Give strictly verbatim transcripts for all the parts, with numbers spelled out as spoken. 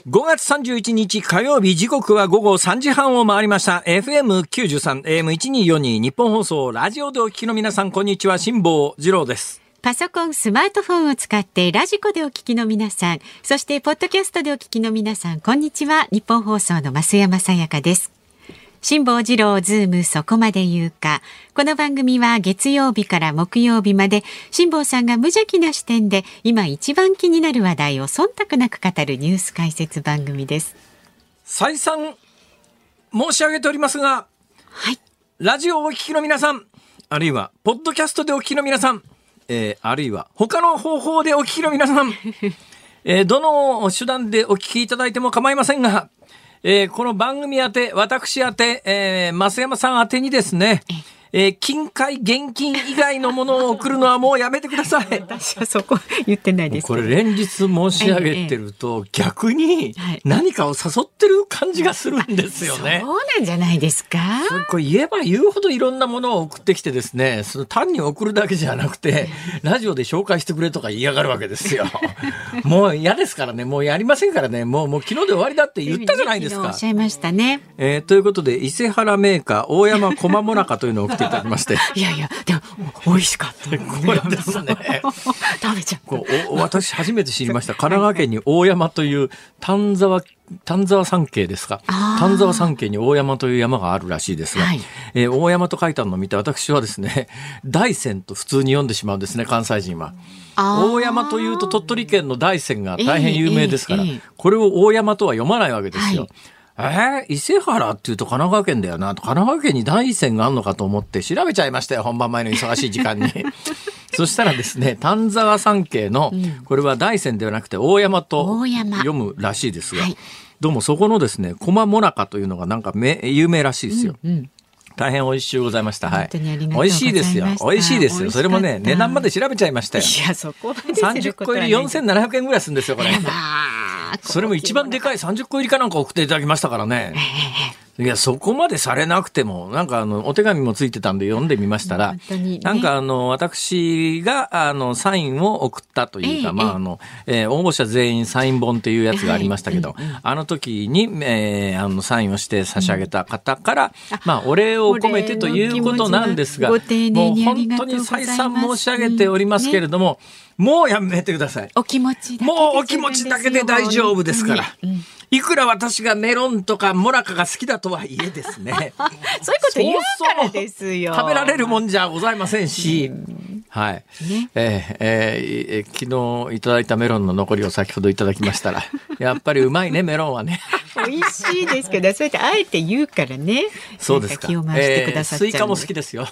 ごがつさんじゅういちにち火曜日、時刻はごごさんじはんを回りました。エフエムきゅうじゅうさん、エーエムせんにひゃくよんじゅうに 日本放送ラジオでお聞きの皆さん、こんにちは。辛坊治郎です。 パソコン、スマートフォンを使ってラジコでお聞きの皆さん、そしてポッドキャストでお聞きの皆さん、こんにちは。日本放送の増山さやかです。辛坊治郎ズームそこまで言うか。この番組は月曜日から木曜日まで辛坊さんが無邪気な視点で今一番気になる話題を忖度なく語るニュース解説番組です。 再三申し上げておりますが、 はい、 ラジオをお聞きの皆さん、あるいはポッドキャストでお聞きの皆さん、えー、あるいは他の方法でお聞きの皆さん、えー、どの手段でお聞きいただいても構いませんが、えー、この番組宛て、私宛て、えー、増山さん宛てにですね、えー、金塊現金以外のものを送るのはもうやめてください。 私はそこ言ってないですけど。 これ連日申し上げてると、逆に何かを誘ってる感じがするんですよね。 そうなんじゃないですか。 これ言えば言うほどいろんなものを送ってきてですね、その単に送るだけじゃなくてラジオで紹介してくれとか言いやがるわけですよ。もう嫌ですからね、もうやりませんからね、もう、もう昨日で終わりだって言ったじゃないですか。 おっしゃいましたね。 えー、ということで伊勢原メーカー大山こまもなかというのを送っていただきましていやいやでも美味しかった、ね、 これですね食べちゃった。 こうお私初めて知りました。神奈川県に大山という丹沢丹沢山系ですか。丹沢山系に大山という山があるらしいですが、はい、えー、大山と書いたのを見て私はですね、大山と普通に読んでしまうんですね、関西人は。大山というと鳥取県の大山が大変有名ですから、えーえーえー、これを大山とは読まないわけですよ。はい、えー、伊勢原っていうと神奈川県だよなと、神奈川県に大山があるのかと思って調べちゃいましたよ、本番前の忙しい時間にそしたらですね、丹沢山系の、うん、これは大山ではなくて大山と読むらしいですが、はい、どうもそこのですね、駒もなかというのがなんか有名らしいですよ。うんうん、大変美味しゅうございました。はい。美味しいですよ。美味しいですよ。それもね、値段まで調べちゃいましたよ。 いや、そこまでさんじゅっこ入りよんせんななひゃくえんぐらいするんですよ、これ。それも一番でかいさんじゅっこ入りかなんか送っていただきましたからね。いや、そこまでされなくても、なんかあの、お手紙もついてたんで読んでみましたら、ね、なんかあの、私があの、サインを送ったというか、えー、まああの、えー、応募者全員サイン本っていうやつがありましたけど、はい、あの時に、えー、あの、サインをして差し上げた方から、うん、まあ、お礼を込めてということなんですが、もう本当に再三申し上げておりますけれども、ね、もうやめてください。 お気持ちだけでもうお気持ちだけで大丈夫ですから。いくら私がメロンとかモナカが好きだとはいえですねそういうこと言うからですよ。 そうそう食べられるもんじゃございませんし、はい、ね、えーえー、昨日いただいたメロンの残りを先ほどいただきましたらやっぱりうまいね、メロンはね美味しいですけど、そうやってあえて言うからね。 そうですか。 気を回してくださっちゃう、 えー、スイカも好きですよ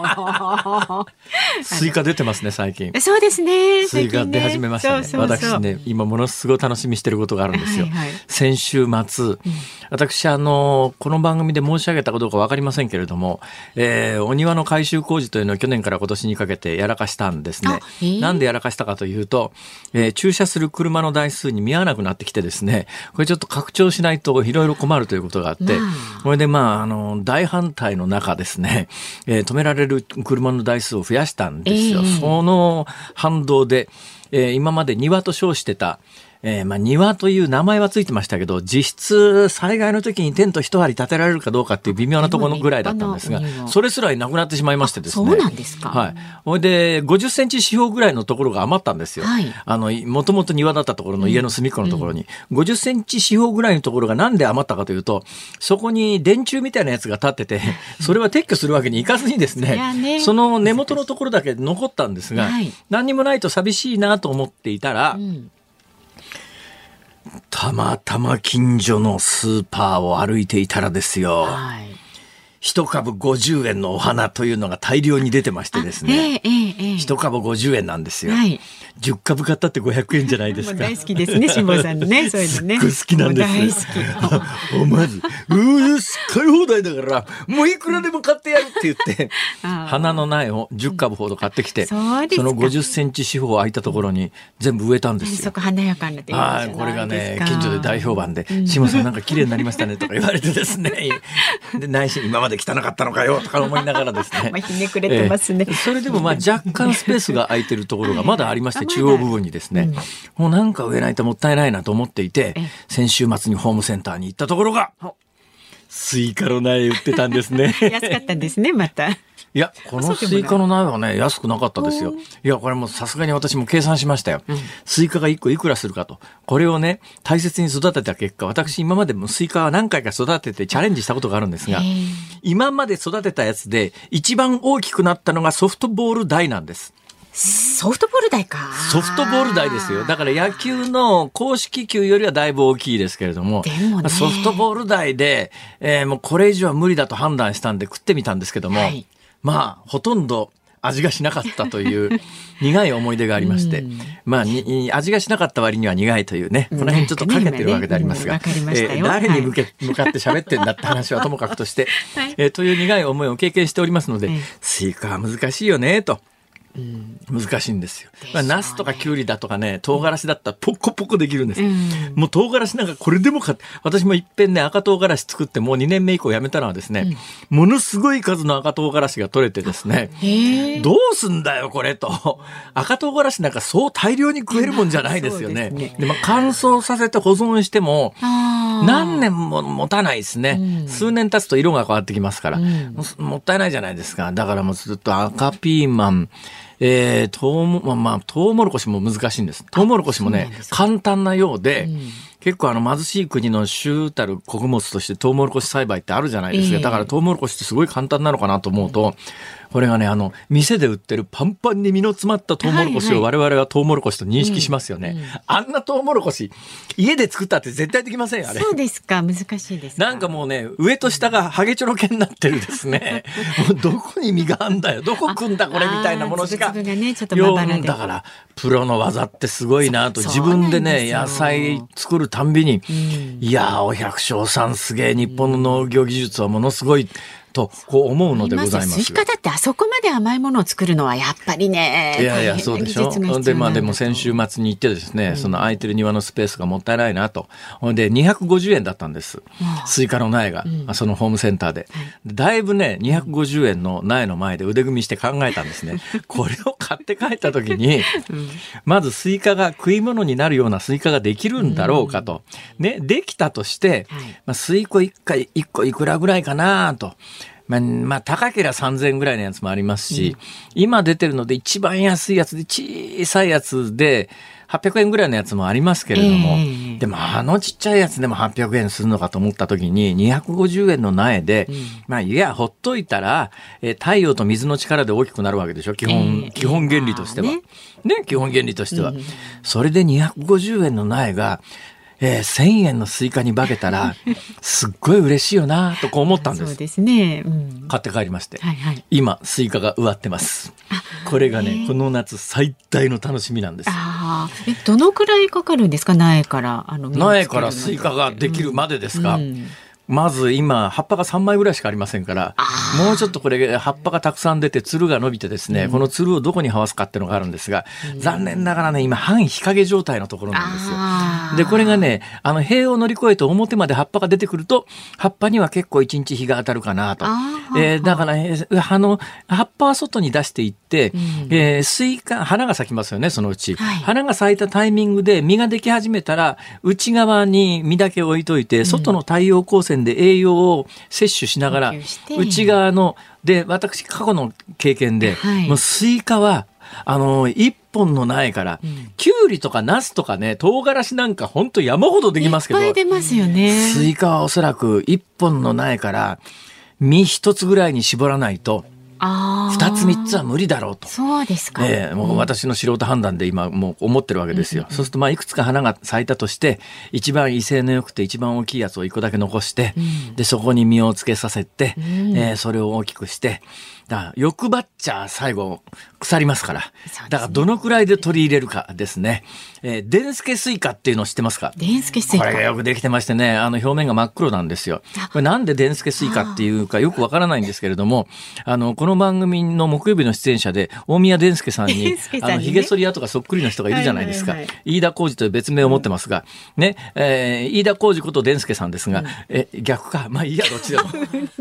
スイカ出てますね、最近。 そうですね、 スイカ出始めましたね。そうそうそう、私ね、今ものすごい楽しみしてることがあるんですよ。はいはい、先週末、うん、私あのこの番組で申し上げたかどうか分かりませんけれども、えー、お庭の改修工事というのを去年から今年にかけてやらかしたんですね。えー、なんでやらかしたかというと、えー、駐車する車の台数に見合わなくなってきてですね、これちょっと拡張しないといろいろ困るということがあって、これでまああの大反対の中ですね、えー、止められる車の台数を増やしたんですよ。えー、その反動で、えー、今まで庭と称してたえー、まあ庭という名前はついてましたけど、実質災害の時にテント一張り立てられるかどうかっていう微妙なところぐらいだったんですが、それすらいなくなってしまいましてですね。 そうなんですか。 はい。ほいでごじゅっセンチ四方ぐらいのところが余ったんですよ。はい、あのもともと庭だったところの家の隅っこのところに、うん、ごじゅっセンチ四方ぐらいのところがなんで余ったかというと、そこに電柱みたいなやつが立ってて、それは撤去するわけにいかずにですね、ね、その根元のところだけ残ったんですが、はい、何にもないと寂しいなと思っていたら、うん、たまたま近所のスーパーを歩いていたらですよ、はい、一株ごじゅうえんのお花というのが大量に出てましてですね、えーえーえー、一株ごじゅうえんなんですよ。はい、じゅっかぶ買ったってごひゃくえんじゃないですか。 大好きですね、辛坊さんのね、そういうのね。 すっごい好きなんですよ。大好き。まず、うーす、買い放題だから、もういくらでも買ってやるって言って、花の苗をじゅっかぶほど買ってきて、うん、そのごじゅっセンチ四方空いたところに全部植えたんですよ。 そこ華やかになっていいじゃないですか。 これがね、近所で大評判で、辛坊さんなんか綺麗になりましたねとか言われてですね、で内心今までまで汚かったのかよとか思いながらですねまあひねくれてますね、 えー、それでもまあ若干スペースが空いてるところがまだありまして、中央部分にですね、うん、もうなんか植えないともったいないなと思っていて、先週末にホームセンターに行ったところがスイカの苗売ってたんですね安かったんですね。またいや、このスイカの苗はね、安くなかったですよ。いや、これもさすがに私も計算しましたよ。うん、スイカがいっこいくらするかと。これをね、大切に育てた結果、私今までもスイカは何回か育ててチャレンジしたことがあるんですが、今まで育てたやつで一番大きくなったのがソフトボール大なんです。 ソフトボール大か。 ソフトボール大ですよ。だから野球の公式球よりはだいぶ大きいですけれども、 でもね、 ソフトボール大で、えー、もうこれ以上は無理だと判断したんで食ってみたんですけども、はい、まあほとんど味がしなかったという苦い思い出がありまして、まあに味がしなかった割には苦いというね、この辺ちょっとかけてるわけでありますが、誰に向け、向かって喋ってんだって話はともかくとして、はいえー、という苦い思いを経験しておりますので、はい、スイカは難しいよねと。うん、難しいんですよ。まあ、ナスとかキュウリだとかね、唐辛子だったらポコポコできるんです、うん、もう唐辛子なんかこれでもか、私もいっぺんね赤唐辛子作ってもうにねんめ以降やめたのはですね、うん、ものすごい数の赤唐辛子が取れてですね、どうすんだよこれと。赤唐辛子なんかそう大量に食えるもんじゃないですよね。で、ねでまあ、乾燥させて保存しても何年も持たないですね、うん、数年経つと色が変わってきますから、うん、も, もったいないじゃないですか。だからもうずっと赤ピーマン、えー、トウモ、まあ、まあ、トウモロコシも難しいんです。トウモロコシもね、簡単なようで、うん、結構あの貧しい国の主たる穀物としてトウモロコシ栽培ってあるじゃないですか。えー、だからトウモロコシってすごい簡単なのかなと思うと、うん、これがね、あの、店で売ってるパンパンに実の詰まったトウモロコシを我々はトウモロコシと認識しますよね。はいはいうんうん、あんなトウモロコシ、家で作ったって絶対できませんよ、あれ。 そうですか、難しいですか。 なんかもうね、上と下がハゲチョロ系になってるですね。もうどこに実があんだよ、どこ食んだこれみたいなものしか。 つぶつぶがね、ちょっとまばらで。 だから、プロの技ってすごいなと、自分でね、野菜作るたんびに、うん、いやー、お百姓さんすげえ、日本の農業技術はものすごい、とこう思うのでございます。 スイカだってあそこまで甘いものを作るのはやっぱりね。 いやいやそうでしょ。でまあでも先週末に行ってですね、うん、その空いてる庭のスペースがもったいないなと。でにひゃくごじゅうえんだったんです。スイカの苗が、うん、そのホームセンターで、はい、だいぶねにひゃくごじゅうえんの苗の前で腕組みして考えたんですね。これを買って帰った時に、うん、まずスイカが食い物になるようなスイカができるんだろうかと、うん、ねできたとして、はいまあ、スイカいっかいいっこいくらぐらいかなと。まあ、まあ、高ければさんぜんえんぐらいのやつもありますし、うん、今出てるので一番安いやつで小さいやつではっぴゃくえんぐらいのやつもありますけれども、えー、でもあのちっちゃいやつでもはっぴゃくえんするのかと思った時ににひゃくごじゅうえんの苗で、うん、まあいやほっといたら、えー、太陽と水の力で大きくなるわけでしょ基本、えー、基本原理としては、ねね、基本原理としては、うん、それでにひゃくごじゅうえんの苗がえー、せんえんのスイカに化けたらすっごい嬉しいよなとこう思ったんです。 そうですね、うん、 買って帰りまして、はいはい、今スイカが植わってます。これがねこの夏最大の楽しみなんです。 あえどのくらいかかるんですか苗からあの苗からスイカができるまでですか、うんうんまず今葉っぱがさんまいぐらいしかありませんからもうちょっとこれ葉っぱがたくさん出てつるが伸びてですね、うん、このつるをどこに這わすかっていうのがあるんですが、うん、残念ながらね今半日陰状態のところなんですよ。でこれがねあの塀を乗り越えて表まで葉っぱが出てくると葉っぱには結構一日日が当たるかなと、えー、だから、えー、あの葉っぱは外に出していって、うんえー、スイカ花が咲きますよねそのうち、はい、花が咲いたタイミングで実ができ始めたら内側に実だけ置いといて、うん、外の太陽光線で栄養を摂取しながら内側ので私過去の経験で、はい、もうスイカはあの一本の苗から、うん、キュウリとかナスとかね唐辛子なんか本当山ほどできますけどいっぱい出ますよね。 スイカはおそらく一本の苗から実一つぐらいに絞らないと二つ三つは無理だろうと。 そうですか、 えー、もう私の素人判断で今もう思ってるわけですよ、うん、そうするとまあいくつか花が咲いたとして一番威勢の良くて一番大きいやつを一個だけ残して、うん、でそこに実をつけさせて、うんえー、それを大きくしてだから欲張っちゃ最後腐りますから。だからどのくらいで取り入れるかですね。えー、デンスケスイカっていうのを知ってますか？ デンスケスイカ。 これがよくできてましてね、あの表面が真っ黒なんですよ。これなんでデンスケスイカっていうかよくわからないんですけれども、あの、この番組の木曜日の出演者で大宮デンスケさんに、ね、あの、髭剃り屋とかそっくりの人がいるじゃないですか。はいはいはい、飯田浩二という別名を持ってますが、うん、ね、えー、飯田浩二ことデンスケさんですが、うん、え、逆か。まあいいや、どっちでも。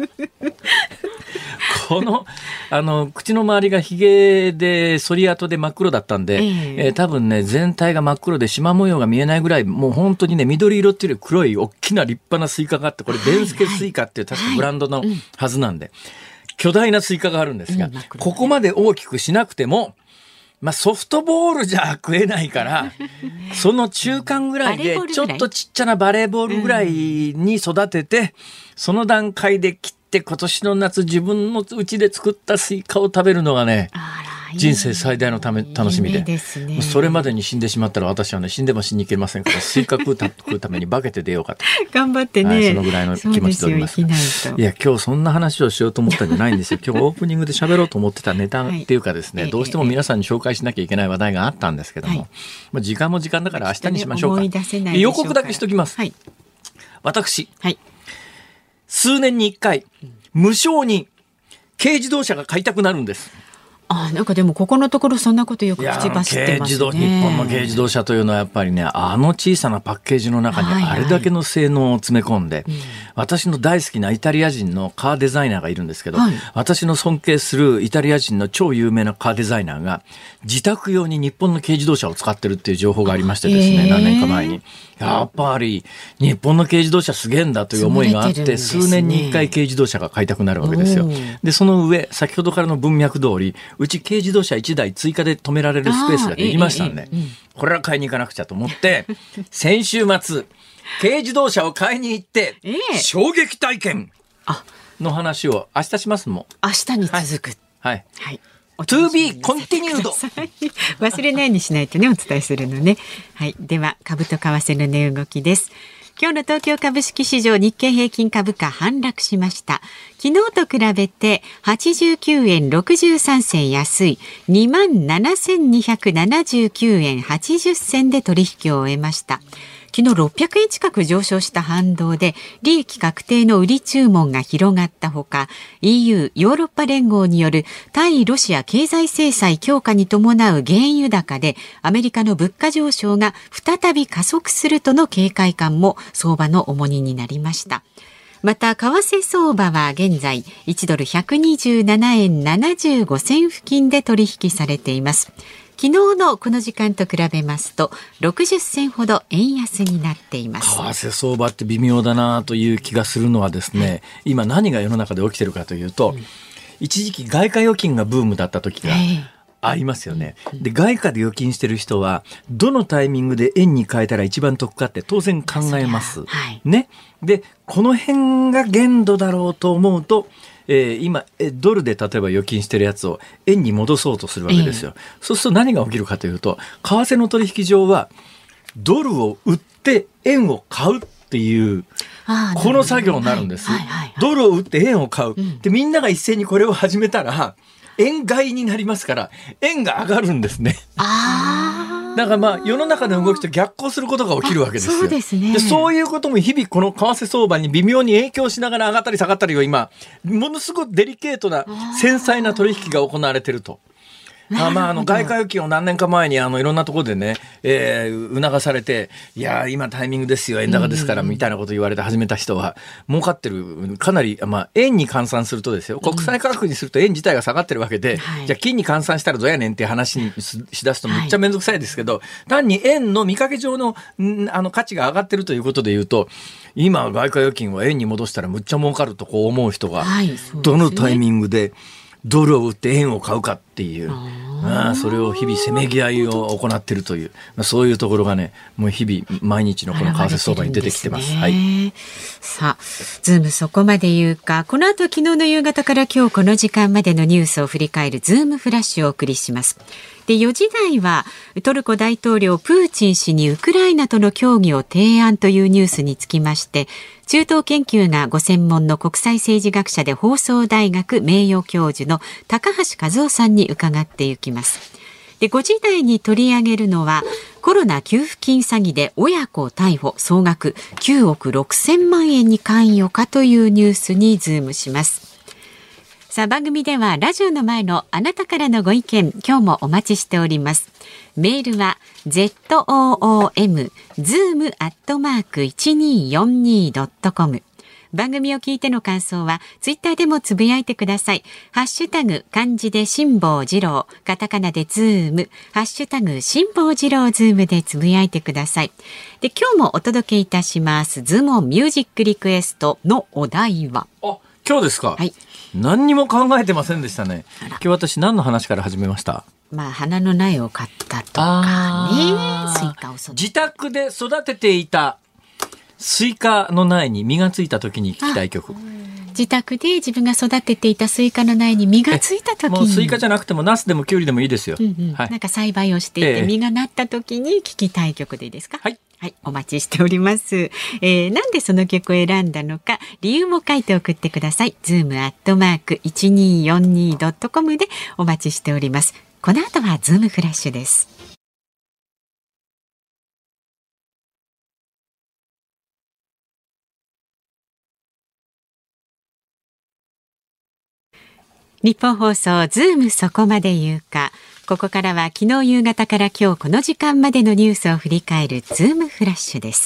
この、あの、口の周りがひげで、反り跡で真っ黒だったんで、えーえー、多分ね、全体が真っ黒で縞模様が見えないぐらい、もう本当にね、緑色っていうより黒い、大きな立派なスイカがあって、これ、デンスケスイカっていう確かブランドのはずなんで、巨大なスイカがあるんですが、ここまで大きくしなくても、まあ、ソフトボールじゃ食えないから、その中間ぐらいで、ちょっとちっちゃなバレーボールぐらいに育てて、その段階で切って、今年の夏自分の家で作ったスイカを食べるのがね、人生最大のため楽しみで、ですね、それまでに死んでしまったら私はね、死んでも死に行けませんから、スイカ食うた食うために化けて出ようかと頑張ってね、はい、 そのぐらいの気持ちでおります。いや、今日そんな話をしようと思ったんじゃないんですよ。今日オープニングで喋ろうと思ってたネタっていうかですね、はい、どうしても皆さんに紹介しなきゃいけない話題があったんですけども、はい、まあ、時間も時間だから明日にしましょうか。 思い出せないでしょうか。 予告だけしときます、はい、私、 はい、 数年にいっかい無償に軽自動車が買いたくなるんです。 あ、なんかでもここのところそんなことよく口走ってますね。 軽自動日本の軽自動車というのはやっぱりね、あの小さなパッケージの中にあれだけの性能を詰め込んで、はいはい、私の大好きなイタリア人のカーデザイナーがいるんですけど、はい、私の尊敬するイタリア人の超有名なカーデザイナーが自宅用に日本の軽自動車を使ってるっていう情報がありましてですね、何年か前にやっぱり日本の軽自動車すげえんだという思いがあって、ね、数年にいっかい軽自動車が買いたくなるわけですよ。でその上、先ほどからの文脈通り、うち軽自動車いちだい追加で止められるスペースができましたんで、ええええ、これは買いに行かなくちゃと思って先週末軽自動車を買いに行って、ええ、衝撃体験の話を明日しますもん。 明日に続く、 はい、はい、To be continued 忘れないようにしないとね、お伝えするのね。はい、では株と為替の値動きです。今日の東京株式市場、日経平均株価反落しました。昨日と比べてはちじゅうきゅうえんろくじゅうさんせん安い にまんななせんにひゃくななじゅうきゅうえんはちじゅっせんで取引を終えました。昨日ろっぴゃくえん近く上昇した反動で利益確定の売り注文が広がったほか、 イーユー ヨーロッパ連合による対ロシア経済制裁強化に伴う原油高でアメリカの物価上昇が再び加速するとの警戒感も相場の重荷になりました。また為替相場は現在いちドルひゃくにじゅうななえんななじゅうごせん付近で取引されています。昨日のこの時間と比べますとろくじゅっせんほど円安になっています。 為替相場って微妙だなという気がするのはですね、今何が世の中で起きてるかというと、うん、一時期外貨預金がブームだった時がありますよね。で、外貨で預金してる人はどのタイミングで円に変えたら一番得かって当然考えます、はい、ね。で、この辺が限度だろうと思うと、えー、今ドルで例えば預金してるやつを円に戻そうとするわけですよ、えー、そうすると何が起きるかというと、為替の取引上はドルを売って円を買うっていうこの作業になるんです、はいはいはいはい、ドルを売って円を買う、うん、でみんなが一斉にこれを始めたら円買いになりますから円が上がるんですね。あだからまあ世の中の動きと逆行することが起きるわけですよ。 そうですね。 で、そういうことも日々この為替相場に微妙に影響しながら上がったり下がったりを今ものすごくデリケートな繊細な取引が行われていると。あまあ、あの外貨預金を何年か前にあのいろんなところでね、えー、促されて、いや今タイミングですよ円高ですからみたいなこと言われて始めた人は儲かってる。かなり、まあ、円に換算するとですよ、国際価格にすると円自体が下がってるわけで、うん、じゃあ金に換算したらどうやねんっていう話にしだすとめっちゃめんどくさいですけど、はい、単に円の見かけ上の、あの価値が上がってるということでいうと、今外貨預金は円に戻したらむっちゃ儲かるとこう思う人が、はい、どのタイミングでドルを売って円を買うかっていう、ああそれを日々せめぎ合いを行っているという、まあ、そういうところがね、もう日々毎日のこの為替相場に出てきてます。はい、 さあズームそこまで言うか、この後昨日の夕方から今日この時間までのニュースを振り返るズームフラッシュをお送りします。 でよじ台はトルコ大統領プーチン氏にウクライナとの協議を提案というニュースにつきまして、中東研究がご専門の国際政治学者で放送大学名誉教授の高橋和夫さんに伺っていきます。でごじ台に取り上げるのは、コロナ給付金詐欺で親子逮捕、総額きゅうおくろくせんまんえんに関与かというニュースにズームします。さあ、番組ではラジオの前のあなたからのご意見、今日もお待ちしております。メールは ズーム ズーム アットマーク いちにーよんにー ドットコム。番組を聞いての感想はツイッターでもつぶやいてください。ハッシュタグ漢字で辛坊治郎、カタカナでズーム、ハッシュタグ辛坊治郎ズームでつぶやいてください。で、今日もお届けいたしますズームオンミュージックリクエストのお題は、 あ、今日ですか。 はい。 何にも考えてませんでしたね。今日私何の話から始めました？ まあ、花の苗を買ったとかね、スイカを育て自宅で育てていたスイカの苗に実がついた時に聴きたい曲。 自宅で自分が育てていたスイカの苗に実がついた時に、 もうスイカじゃなくてもナスでもキュウリでもいいですよ、 うんうん、はい、なんか栽培をしていて、えー、実がなった時に聴きたい曲でいいですか？ はい、 はい、お待ちしております。えー、なんでその曲を選んだのか、理由も書いて送ってください。ズームアットマーク いちにーよんにー ドットコム でお待ちしております。この後はズームフラッシュです。日本放送ズームそこまで言うか。ここからは昨日夕方から今日この時間までのニュースを振り返るズームフラッシュです。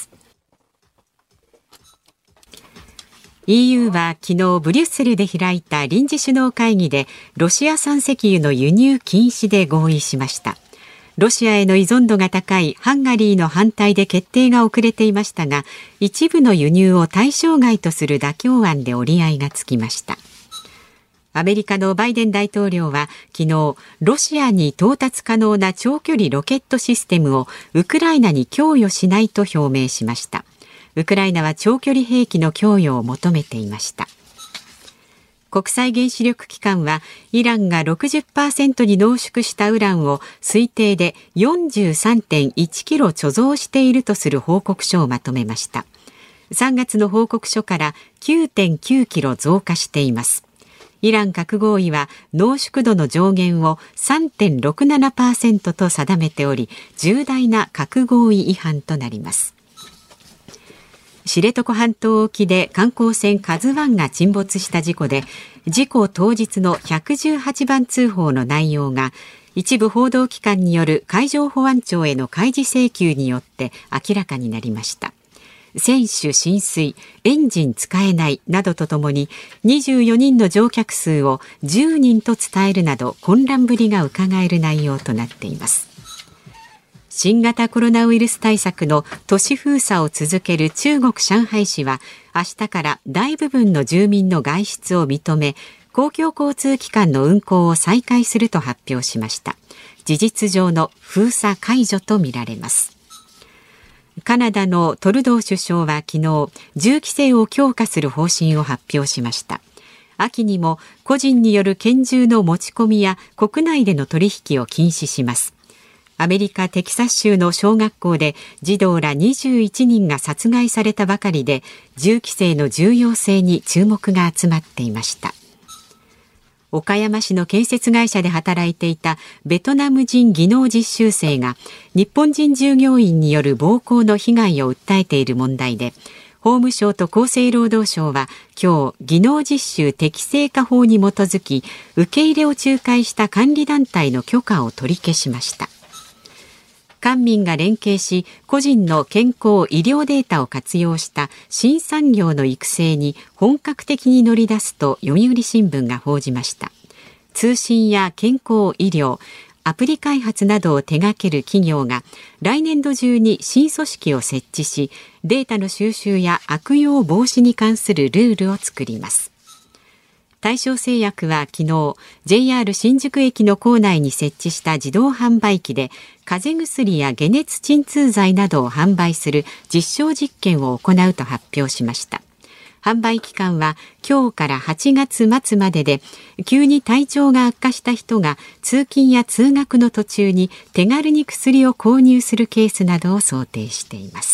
イーユー は昨日ブリュッセルで開いた臨時首脳会議でロシア産石油の輸入禁止で合意しました。ロシアへの依存度が高いハンガリーの反対で決定が遅れていましたが、一部の輸入を対象外とする妥協案で折り合いがつきました。アメリカのバイデン大統領は昨日、ロシアに到達可能な長距離ロケットシステムをウクライナに供与しないと表明しました。ウクライナは長距離兵器の供与を求めていました。国際原子力機関はイランが ろくじゅっパーセント に濃縮したウランを推定で よんじゅうさんてんいちキロ貯蔵しているとする報告書をまとめました。さんがつの報告書から きゅうてんきゅうキロ増加しています。イラン核合意は濃縮度の上限を さんてんろくななパーセント と定めており、重大な核合意違反となります。知床半島沖で観光船カズワンが沈没した事故で、事故当日のひゃくじゅうはちばん通報の内容が一部報道機関による海上保安庁への開示請求によって明らかになりました。船首浸水、エンジン使えないなどとともににじゅうよにんの乗客数をじゅうにんと伝えるなど混乱ぶりが伺える内容となっています。新型コロナウイルス対策の都市封鎖を続ける中国上海市は明日から大部分の住民の外出を認め、公共交通機関の運行を再開すると発表しました。事実上の封鎖解除とみられます。カナダのトルドー首相は昨日、銃規制を強化する方針を発表しました。秋にも個人による拳銃の持ち込みや国内での取引を禁止します。アメリカ・テキサス州の小学校で児童らにじゅういちにんが殺害されたばかりで、銃規制の重要性に注目が集まっていました。岡山市の建設会社で働いていたベトナム人技能実習生が日本人従業員による暴行の被害を訴えている問題で、法務省と厚生労働省は今日、技能実習適正化法に基づき受け入れを仲介した管理団体の許可を取り消しました。官民が連携し、個人の健康医療データを活用した新産業の育成に本格的に乗り出すと読売新聞が報じました。通信や健康医療、アプリ開発などを手掛ける企業が来年度中に新組織を設置し、データの収集や悪用防止に関するルールを作ります。大正製薬は昨日 ジェイアール 新宿駅の構内に設置した自動販売機で風邪薬や解熱鎮痛剤などを販売する実証実験を行うと発表しました。 販売期間は今日からはちがつ末までで、急に体調が悪化した人が通勤や通学の途中に手軽に薬を購入するケースなどを想定しています。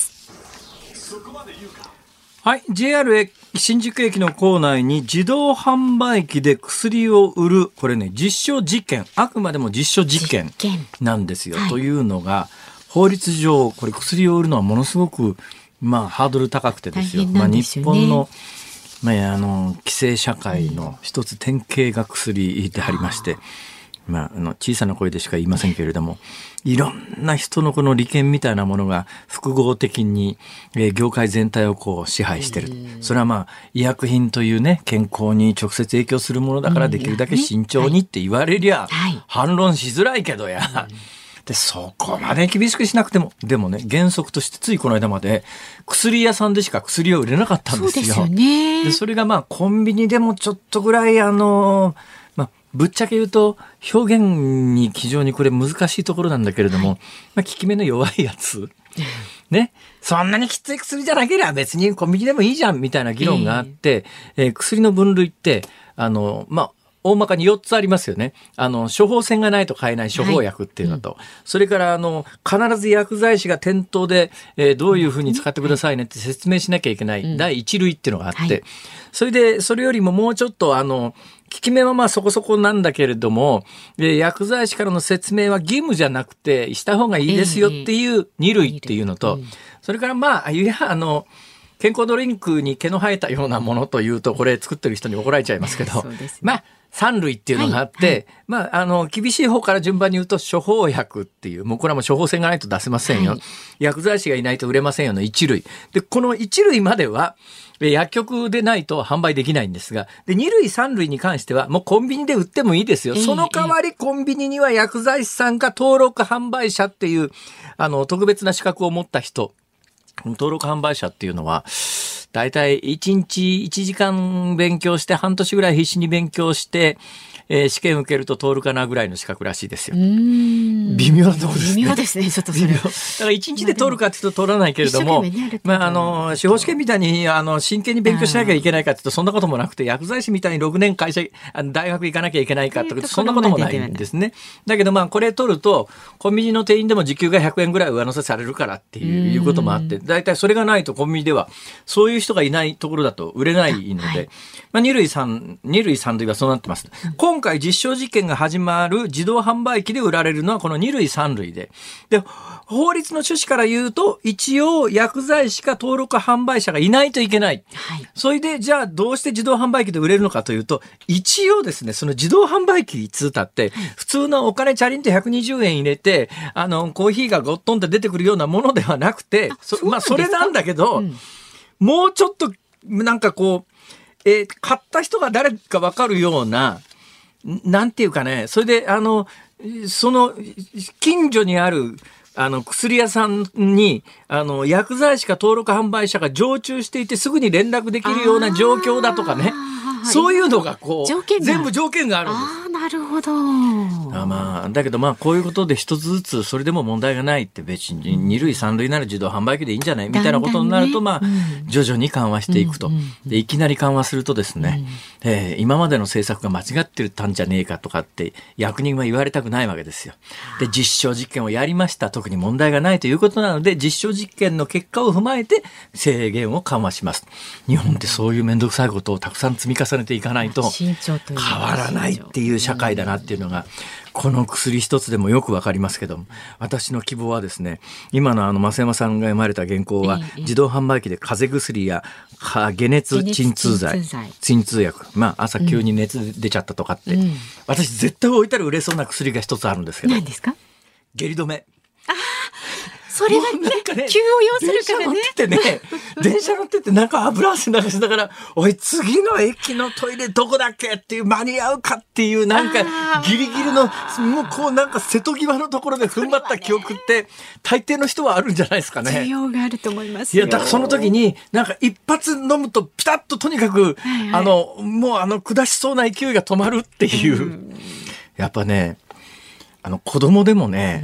はい、ジェイアール 新宿駅の構内に自動販売機で薬を売る、これね、実証実験、あくまでも実証実験なんですよ。はい、というのが、法律上、これ薬を売るのはものすごく、まあ、ハードル高くてですよ。まあ、日本の、まあ、あの、規制社会の一つ典型が薬でありまして、まあ、あの小さな声でしか言いませんけれども、いろんな人のこの利権みたいなものが複合的に、えー、業界全体をこう支配している。それはまあ医薬品というね、健康に直接影響するものだからできるだけ慎重にって言われりゃ、はい、反論しづらいけどや。で、そこまで厳しくしなくても、でもね、原則としてついこの間まで薬屋さんでしか薬を売れなかったんですよ。 そうですよね。 で、それがまあコンビニでもちょっとぐらいあのぶっちゃけ言うと表現に非常にこれ難しいところなんだけれども、はい、まあ、効き目の弱いやつね、そんなにきつい薬じゃなければ別にコンビニでもいいじゃんみたいな議論があって、えーえー、薬の分類ってあのまあ大まかによっつありますよね。あの処方箋がないと買えない処方薬っていうのと、はい、うん、それからあの必ず薬剤師が店頭で、えー、どういうふうに使ってくださいねって説明しなきゃいけない、うん、第一類っていうのがあって、はい、それでそれよりももうちょっとあの効き目はまあそこそこなんだけれども、薬剤師からの説明は義務じゃなくてした方がいいですよっていうに類っていうのと、それからまあいやあの健康ドリンクに毛の生えたようなものというとこれ作ってる人に怒られちゃいますけど、まあさん類っていうのがあって、はいはい、まああの厳しい方から順番に言うと処方薬っていう、もうこれはもう処方箋がないと出せませんよ、はい、薬剤師がいないと売れませんよのいち類で、このいち類までは薬局でないと販売できないんですが、でに類さん類に関してはもうコンビニで売ってもいいですよ。その代わりコンビニには薬剤師さんが登録販売者っていうあの特別な資格を持った人、登録販売者っていうのはだいたいいちにちいちじかん勉強して半年ぐらい必死に勉強して、えー、試験受けると通るかなぐらいの資格らしいですよ。うーん、微妙なところですね。 微妙ですね。ちょっとそれ。だからいちにちで通るかっていうと通らないけれども、まああの司法試験みたいにあの真剣に勉強しなきゃいけないかっていうとそんなこともなくて、薬剤師みたいにろくねん会社あの大学行かなきゃいけないかとかそんなこともないんですね。だけどまあこれ取るとコンビニの店員でも時給がひゃくえんぐらい上乗せされるからっていう、いうこともあって、だいたいそれがないとコンビニではそういう人がいないところだと売れないので、はい、まあ、に類さん類はそうなってます。今回実証実験が始まる自動販売機で売られるのはこのに類さん類で、で法律の趣旨から言うと一応薬剤師か登録販売者がいないといけない、はい、それでじゃあどうして自動販売機で売れるのかというと、一応ですね、その自動販売機つうたって普通のお金チャリンとひゃくにじゅうえん入れてあのコーヒーがゴットンって出てくるようなものではなくて、そまあそれなんだけど、うん、もうちょっとなんかこう、えー、買った人が誰か分かるような、なんていうかね、それであのその近所にあるあの薬屋さんにあの薬剤師か登録販売者が常駐していてすぐに連絡できるような状況だとかね、そういうのがこう全部条件があるんです。 あ、なるほど。 あ、まあ、だけどまあこういうことで一つずつそれでも問題がないって、別にに類さん類なら自動販売機でいいんじゃないみたいなことになると、まあ徐々に緩和していくと。でいきなり緩和するとですね、えー、今までの政策が間違ってたんじゃねえかとかって役人は言われたくないわけですよ。で実証実験をやりました、特に問題がないということなので実証実験の結果を踏まえて制限を緩和します。日本ってそういうめんどくさいことをたくさん積み重ねていかないと変わらないっていう社会だなっていうのがこの薬一つでもよくわかりますけども、私の希望はですね、今のあの増山さんが読まれた原稿は自動販売機で風邪薬や解熱鎮痛剤、鎮痛薬、まあ朝急に熱出ちゃったとかって、うん、私絶対置いたら売れそうな薬が一つあるんですけど、 何ですか？ 下痢止め。 あそれがね、急を要するからね。 電車乗っててね、電車乗っててなんか油汗流しながら、おい次の駅のトイレどこだっけっていう、間に合うかっていうなんかギリギリのもうこうなんか瀬戸際のところで踏ん張った記憶って大抵の人はあるんじゃないですかね。 需要があると思いますよ。 いやだからその時になんか一発飲むとピタッととにかく、はいはい、あのもうあの下しそうな勢いが止まるっていう、うん、やっぱねあの子供でもね。うん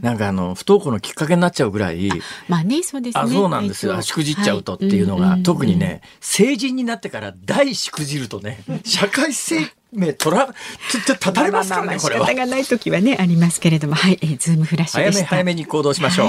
なんかあの不登校のきっかけになっちゃうぐらい、 まあね、そうですね。 あ、そうなんですよ。しくじっちゃうとっていうのが、はい、特にね、成人になってから大しくじるとね、社会生命トラ立たれますからね、まあまあまあこれは。 仕方がない時はねありますけれども、はい、えー、ズームフラッシュでした。 早め早めに行動しましょう。はい、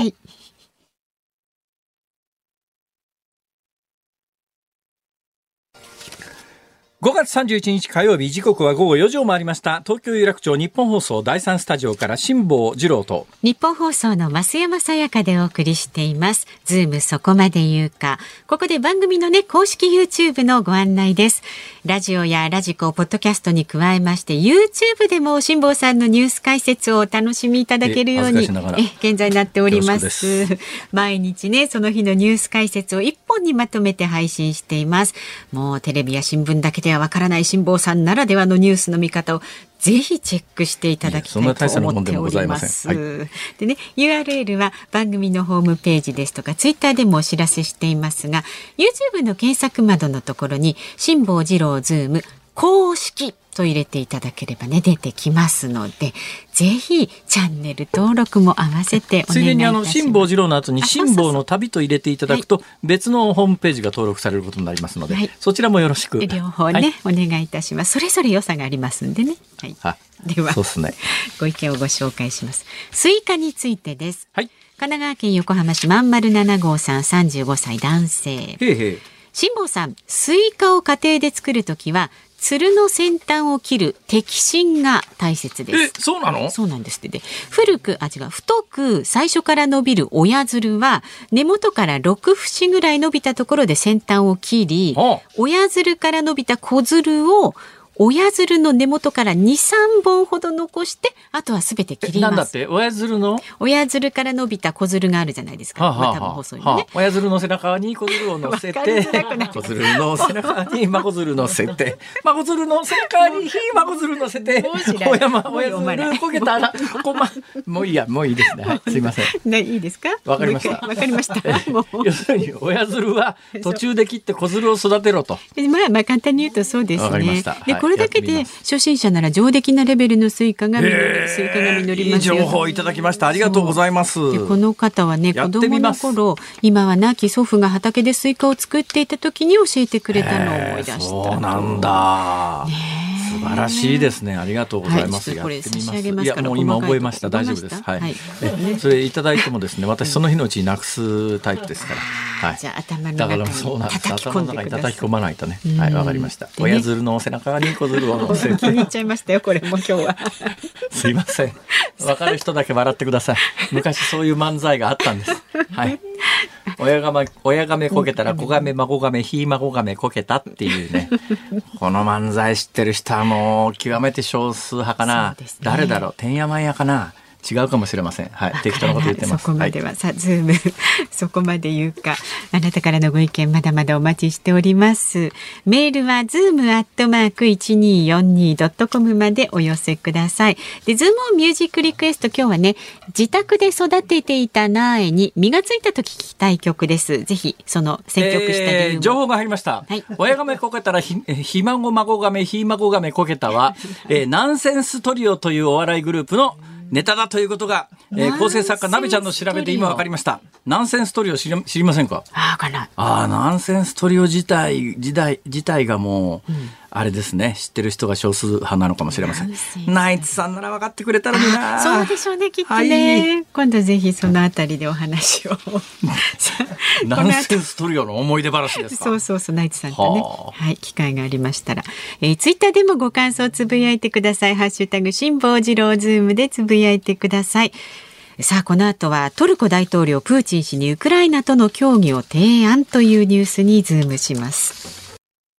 ごがつさんじゅういちにち火曜日、時刻はごごよじを回りました。東京有楽町日本放送だいさんスタジオから辛坊治郎と日本放送の増山さやかでお送りしています。ズームそこまで言うか。ここで番組のね公式 YouTube のご案内です。ラジオやラジコ、ポッドキャストに加えまして YouTube でも辛坊さんのニュース解説をお楽しみいただけるようにえ現在なっております。毎日ねその日のニュース解説を一本にまとめて配信しています。もうテレビや新聞だけではわからない辛坊さんならではのニュースの見方をぜひチェックしていただきたいと思っております。はい、でね、ユーアールエル は番組のホームページですとかツイッターでもお知らせしていますが、 YouTube の検索窓のところに辛坊治郎ズーム公式と入れていただければね出てきますので、ぜひチャンネル登録も合わせてお願いいたします。 ついでにあの辛坊治郎の後に辛坊の旅と入れていただくと別のホームページが登録されることになりますので、はい、そちらもよろしく両方ね、はい、お願いいたします。それぞれ良さがありますんでね。はい、 はではそうですね、 ご意見をご紹介します。スイカについてです。 はい、 神奈川県横浜市まんまるなな号さん、さんじゅうごさい男性。 へーへー。 辛坊さん、スイカを家庭で作るときはつるの先端を切る摘心が大切です。 え、そうなの？ そうなんですって。で、古く、あ、違う、太く最初から伸びる親づるは根元からろくふしぐらい伸びたところで先端を切り、親づるから伸びた小づるを親づるの根元からに、さんぼんほど残してあとはすべて切ります。 なんだって親づるの親づるから伸びた小づるがあるじゃないですか。 はあはあ、 まあ、多分細いのね、はあ、 親づるの背中に小づるを乗せて小づるの背中に孫づる乗せて孫づるの背中にひ孫づる乗せて親ま親づるこけたらこまもういいやもういいですね、はい、すいませんね、いいですか。 わかりましたわかりましたもう要するに親づるは途中で切って小づるを育てろとまあまあ簡単に言うとそうですね。 わかりました。 で、 はい、 これだけで初心者なら上出来なレベルのスイカが実るスイカが実りますよ。 いい情報いただきました。ありがとうございます。 でこの方はね子供の頃今は亡き祖父が畑でスイカを作っていた時に教えてくれたのを思い出した。 そうなんだ、ね、素晴らしいですね。ありがとうございます。 はい、これ差し上げまますすから。いやもう今覚えました。大丈夫です。はい、はい、えそれいただいてもですね私その日のうちになくすタイプですから、はい、 じゃあ頭の中に叩き込んでください。頭の中に叩き込まないとね。はい、わかりました。親づるの背中に小づるを乗せて気に入っちゃいましたよこれも今日はすいません。わかる人だけ笑ってください。昔そういう漫才があったんです。はい。親がめ親がめこけたら子がめ孫がめひ孫がめこけたっていうね。この漫才知ってる人はもう極めて少数派かな。ね、誰だろう。てんやまんやかな。違うかもしれません。はい、適当なこと言ってます。 そこまでは、はい、さあズームそこまで言うか。あなたからのご意見まだまだお待ちしております。メールはズームアットマークいちにーよんにードットコムまでお寄せください。でズームオンミュージックリクエスト、今日はね自宅で育てていた苗に実がついたと聞きたい曲です。ぜひその選曲した理由も、 えー、情報が入りました。はい、親がめこけたらひひ孫孫がめひ孫がめこけたは、えー、ナンセンストリオというお笑いグループのネタだということが、えー、構成作家なべちゃんの調べで今分かりました。ナンセンストリオ知り、知りませんか？ ああかなあナンセンストリオ自体時代自体がもう、うん、あれですね、知ってる人が少数派なのかもしれません。ナイツさんなら分かってくれたのにな。 そうでしょうねきっとね、はい、今度ぜひそのあたりでお話をナンセンストリオの思い出話ですか？ そうそうそうナイツさんとね、は、はい、機会がありましたら、えー、ツイッターでもご感想つぶやいてください。ハッシュタグ辛坊治郎ズームでつぶやいてください。さあこの後はトルコ大統領プーチン氏にウクライナとの協議を提案というニュースにズームします。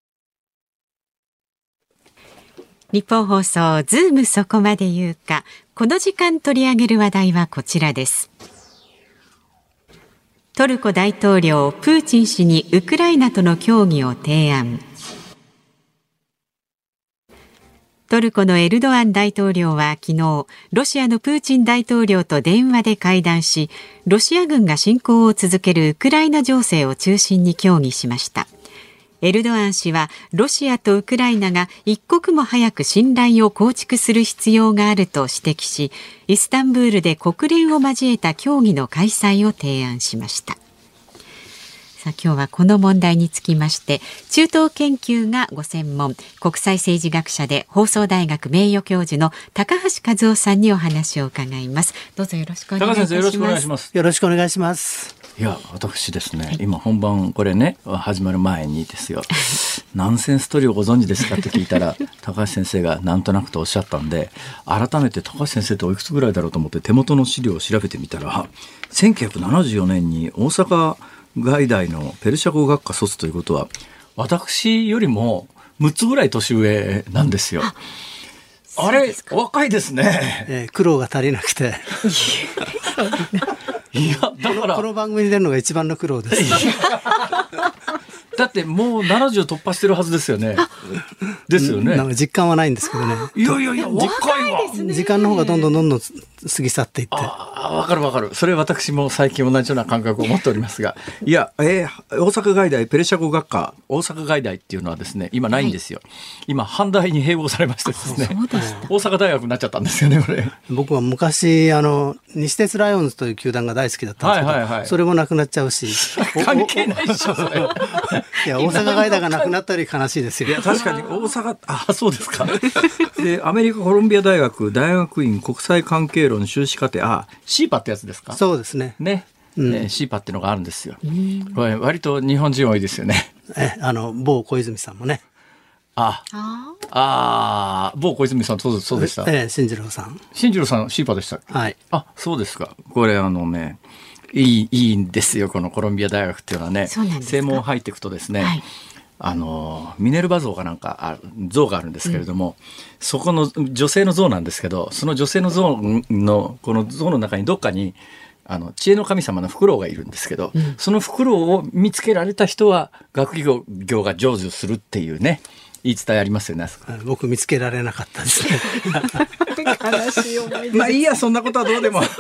日本放送ズームそこまで言うか。この時間取り上げる話題はこちらです。トルコ大統領プーチン氏にウクライナとの協議を提案。トルコのエルドアン大統領は昨日、ロシアのプーチン大統領と電話で会談し、ロシア軍が侵攻を続けるウクライナ情勢を中心に協議しました。 エルドアン氏はロシアとウクライナが一刻も早く信頼を構築する必要があると指摘し、イスタンブールで国連を交えた協議の開催を提案しました。さあ、今日はこの問題につきまして中東研究がご専門、国際政治学者で放送大学名誉教授の高橋和夫さんにお話を伺います。どうぞよろしくお願いいたします。 高橋先生、よろしくお願いします。 よろしくお願いします。 いや、私ですね、今本番これね始まる前にですよナンセンストリオご存知ですかって聞いたら高橋先生がなんとなくとおっしゃったんで、改めて高橋先生っておいくつぐらいだろうと思って手元の資料を調べてみたら、せんきゅうひゃくななじゅうよねんに大阪外大のペルシャ語学科卒ということは、私よりもむっつぐらい年上なんですよ。あ, あれお若いですね、 えー、苦労が足りなくていやだからこの番組に出るのが一番の苦労ですだってもうななじゅう突破してるはずですよね。ですよね。 なんか実感はないんですけどね。 いやいやいや、若いわ。 時間の方がどんどんどんどん過ぎ去っていって。 あ、わかるわかる。それ私も最近同じような感覚を持っておりますが、いや、えー、大阪外大ペルシャ語学科大阪外大っていうのはですね、今ないんですよ。はい、今阪大に併合されましてですね、大阪大学になっちゃったんですよね、これ。 僕は昔あの西鉄ライオンズという球団が大好きだったんですけど、はいはいはい、それもなくなっちゃうし、 関係ないでしょそれ。 いや、大阪外大がなくなったり悲しいですよ。 いや、確かに大阪、あ、そうですか。で、アメリカコロンビア大学大学院国際関係論修士課程、あ、シーパってやつですか。 そうですね。 ね、うん、ね、シーパってのがあるんですよ。これ割と日本人多いですよね。 え、あの某小泉さんもね。 ああ、あ、某小泉さん、そうそうでした。 ええ、進次郎さん。 進次郎さんシーパでしたっけ。 はい。 あ、そうですか。これあのね。いい、いいんですよ、このコロンビア大学っていうのはね。正門入っていくとですね、はい、あのミネルヴァ像かなんかあ像があるんですけれども、うん、そこの女性の像なんですけど、その女性の像のこの像の中にどっかにあの知恵の神様のフクロウがいるんですけど、うん、そのフクロウを見つけられた人は学業が成就するっていうね、言い伝えありますよね。 僕見つけられなかったですね。 悲しい思い出。 まあいいや、そんなことはどうでも。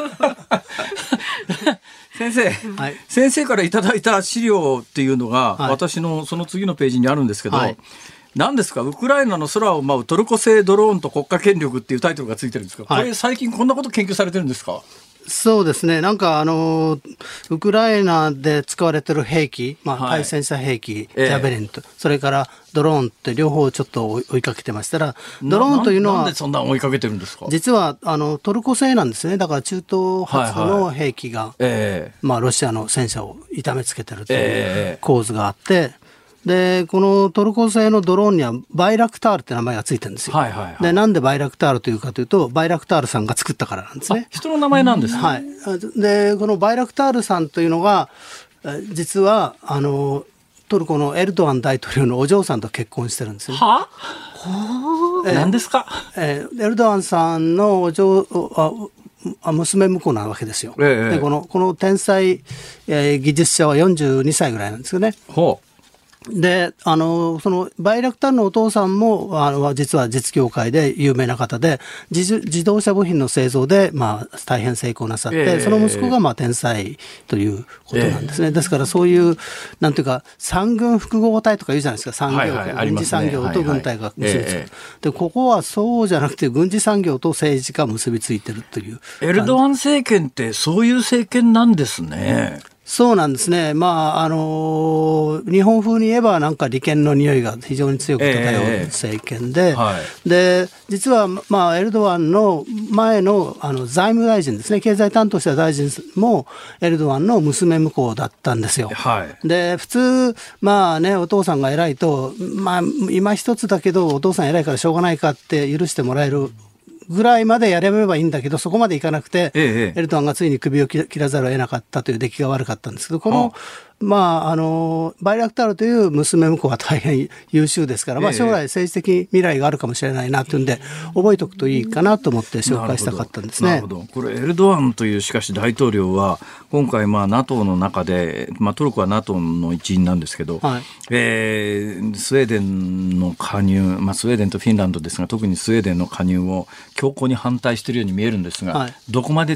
先生、はい、先生からいただいた資料っていうのが、はい、私のその次のページにあるんですけど、はい、何ですか、ウクライナの空を舞うトルコ製ドローンと国家権力っていうタイトルがついてるんですか、はい、これ最近こんなこと研究されてるんですか。 そうですね。なんかあのウクライナで使われてる兵器、まあ、対戦車兵器、はい、ジャベリンと、ええ、それからドローンって両方ちょっと追いかけてましたら、ドローンというのはな, なんでそんな追いかけてるんですか。 実はあのトルコ製なんですね。だから中東発の兵器が、はいはい、ええ、まあ、ロシアの戦車を痛めつけてるという構図があって、ええ、でこのトルコ製のドローンにはバイラクタールって名前がついてるんですよ、はいはいはい、でなんでバイラクタールというかというと、バイラクタールさんが作ったからなんですね。 人の名前なんですね、 はい、でこのバイラクタールさんというのが実はあのトルコのエルドアン大統領のお嬢さんと結婚してるんですよ。 はあ、何ですか。 えー、エルドアンさんのお嬢あ娘婿なわけですよ、ええ、でこの、この天才、えー、技術者はよんじゅうにさいぐらいなんですよね。ほうであのそのバイラクタールのお父さんもあの実は実業界で有名な方で、 自, 自動車部品の製造で、まあ、大変成功なさって、えー、その息子が、まあ、天才ということなんですね、えー、ですからそういうなんていうか三軍複合体とか言うじゃないですか。産業、はいはい、軍事産業と軍隊が結びつく、はいはい、でここはそうじゃなくて軍事産業と政治が結びついてるという。 エルドアン政権ってそういう政権なんですね。 そうなんですね。まああの日本風に言えばなんか利権の匂いが非常に強く漂う政権で、えーはい、で実はまあエルドアンの前のあの財務大臣ですね、経済担当した大臣もエルドアンの娘婿だったんですよ。はい、で普通まあね、お父さんが偉いと、まあ今一つだけどお父さん偉いからしょうがないかって許してもらえるぐらいまでやればいいんだけど、そこまでいかなくて、ええ、エルドアンがついに首を切らざるを得なかったという出来が悪かったんですけど、この、まあ、あのバイラクタールという娘婿は大変優秀ですから、まあ、将来政治的未来があるかもしれないなというんで、覚えておくといいかなと思って紹介したかったんですね。 なるほど。これエルドアンというしかし大統領は今回まあ ナトー の中で、まあ、トルコは ナトー の一員なんですけど、はい、えー、スウェーデンの加入、まあ、スウェーデンとフィンランドですが、特にスウェーデンの加入を強硬に反対しているように見えるんですが、はい、どこまで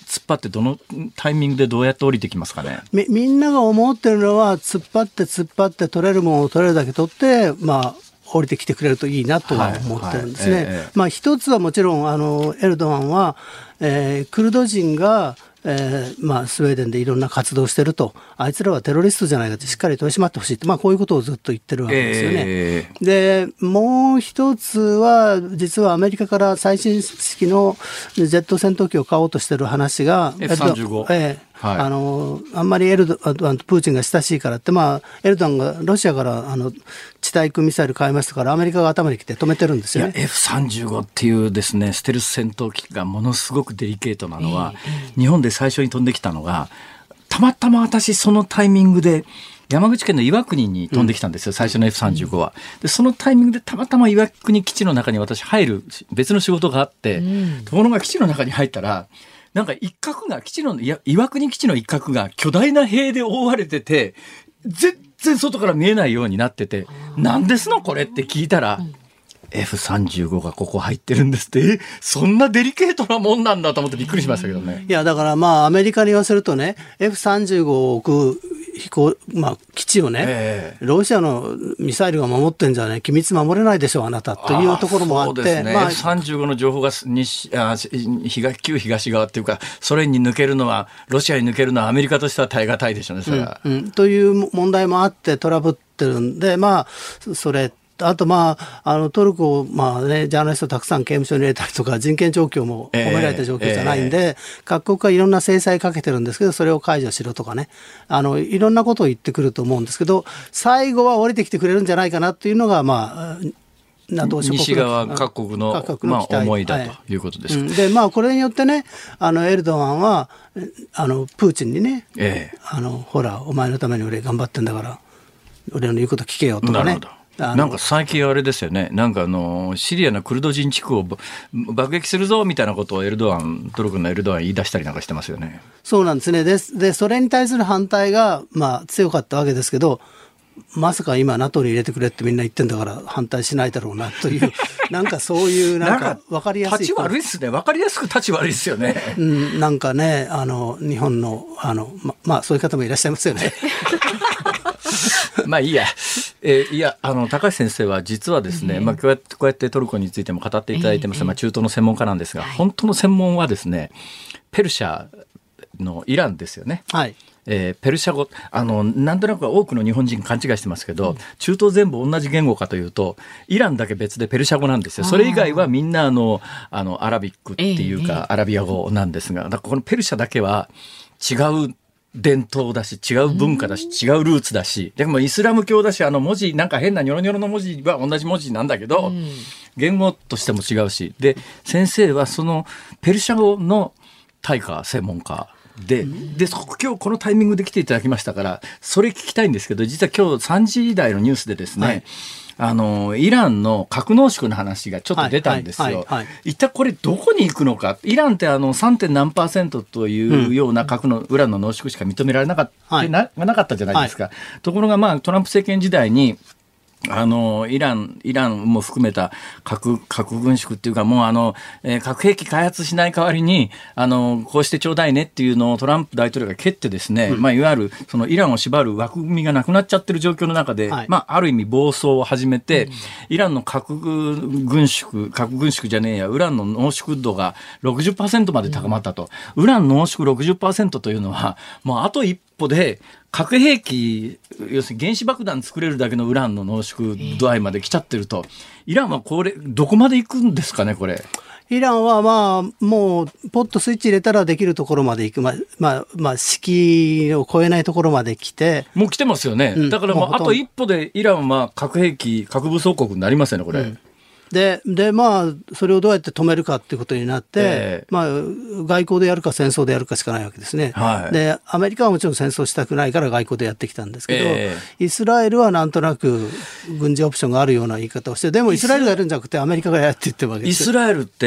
突っ張ってどのタイミングでどうやって降りてきますかね。 み, みんなが思ってるのは突っ張って突っ張って取れるものを取れるだけ取って、まあ、降りてきてくれるといいなとは思ってるんですね。はいはいええまあ、一つはもちろんあのエルドアンは、えー、クルド人がえーまあ、スウェーデンでいろんな活動してると、あいつらはテロリストじゃないかってしっかり取り締まってほしいって、まあ、こういうことをずっと言ってるわけですよね。えー、でもう一つは実はアメリカから最新式のジェット戦闘機を買おうとしてる話がエフさんじゅうご、 えーはい、あのあんまりエルドアンとプーチンが親しいからって、まあ、エルドアンがロシアからあの地対空ミサイル買いましたからアメリカが頭に来て止めてるんですよね。 いや エフさんじゅうご っていうですねステルス戦闘機がものすごくデリケートなのは、えー、日本で最初に飛んできたのがたまたま私そのタイミングで山口県の岩国に飛んできたんですよ、うん、最初の エフさんじゅうご は。でそのタイミングでたまたま岩国基地の中に私入る別の仕事があって、うん、ところが基地の中に入ったらなんか一角が基地の岩国基地の一角が巨大な塀で覆われてて全然外から見えないようになってて、なんですのこれって聞いたら、うん、エフさんじゅうご がここ入ってるんですって。えそんなデリケートなもんなんだと思ってびっくりしましたけどね。 いやだからまあアメリカに言わせるとね エフさんじゅうご を置く飛行、まあ、基地をね、えー、ロシアのミサイルが守ってんじゃね機密守れないでしょあなたというところもあって、そうですね、まあ、 エフさんじゅうご の情報が西あ東旧東側っていうかソ連に抜けるのはロシアに抜けるのはアメリカとしては耐え難いでしょうねそれは、 うんうん、という問題もあってトラブってるんで、まあそれあと、まあ、あのトルコ、まあね、ジャーナリストをたくさん刑務所に入れたりとか人権状況も褒められた状況じゃないんで、えーえー、各国がいろんな制裁かけてるんですけどそれを解除しろとかねあのいろんなことを言ってくると思うんですけど最後は降りてきてくれるんじゃないかなというのが、まあ、NATO 諸国西側各国 の, 各国のまあ、思いだということです、 はいうんでまあ、これによってねあのエルドアンはあのプーチンにね、えー、あのほらお前のために俺頑張ってんだから俺の言うこと聞けよとかね。 なんか最近あれですよね、なんかあのシリアのクルド人地区を爆撃するぞみたいなことをエルドアントルコのエルドアン言い出したりなんかしてますよね。 そうなんですね。で、でそれに対する反対が、まあ、強かったわけですけどまさか今 ナトー に入れてくれってみんな言ってんだから反対しないだろうなというなんかそういうなんか分かりやすい立ち悪いですね。分かりやすく立ち悪いですよね、 うん、なんかねあの日本のあの ま, まあそういう方もいらっしゃいますよねまあいいや、えー、いやあの高橋先生は実はですね、えーまあ、こうやってこうやってトルコについても語っていただいてます、えーまあ、中東の専門家なんですが、はい、本当の専門はですねペルシャのイランですよね、はいえー、ペルシャ語あのなんとなく多くの日本人勘違いしてますけど、うん、中東全部同じ言語かというとイランだけ別でペルシャ語なんですよ。それ以外はみんなあのあのアラビックっていうか、えー、アラビア語なんですがだからこのペルシャだけは違う伝統だし違う文化だし、うん、違うルーツだしでもイスラム教だしあの文字なんか変なニョロニョロの文字は同じ文字なんだけど、うん、言語としても違うしで先生はそのペルシャ語の大家専門家で、で今日このタイミングで来ていただきましたからそれ聞きたいんですけど実は今日さんじ台のニュースでですね、はいあのイランの核濃縮の話がちょっと出たんですよ、はいはいはいはい、一体これどこに行くのか。イランってあの さん. 何パーセントというような核のウランの濃縮しか認められなかった、はい、な, なかったじゃないですか、はい、ところが、まあ、トランプ政権時代にあのイランイランも含めた核核軍縮っていうかもうあの、えー、核兵器開発しない代わりにあのこうしてちょうだいねっていうのをトランプ大統領が蹴ってですね、うんまあ、いわゆるそのイランを縛る枠組みがなくなっちゃってる状況の中で、はいまあ、ある意味暴走を始めて、うん、イランの核軍縮核軍縮じゃねえやウランの濃縮度が ろくじゅっパーセント まで高まったと、うん、ウラン濃縮 ろくじゅっパーセント というのはもうあと一歩で核兵器要するに原子爆弾作れるだけのウランの濃縮度合いまで来ちゃってるとイランはこれどこまで行くんですかね。これイランはまあもうポッとスイッチ入れたらできるところまで行く、まあまあ、まあ式を超えないところまで来てもう来てますよね、うん、だからもうあと一歩でイランは核兵器核武装国になりますよねこれ、うんで, でまあそれをどうやって止めるかっていうことになって、えーまあ、外交でやるか戦争でやるかしかないわけですね、はい、でアメリカはもちろん戦争したくないから外交でやってきたんですけど、えー、イスラエルはなんとなく軍事オプションがあるような言い方をしてでもイスラエルがやるんじゃなくてアメリカがやるって言ってるわけです。 イスラエルって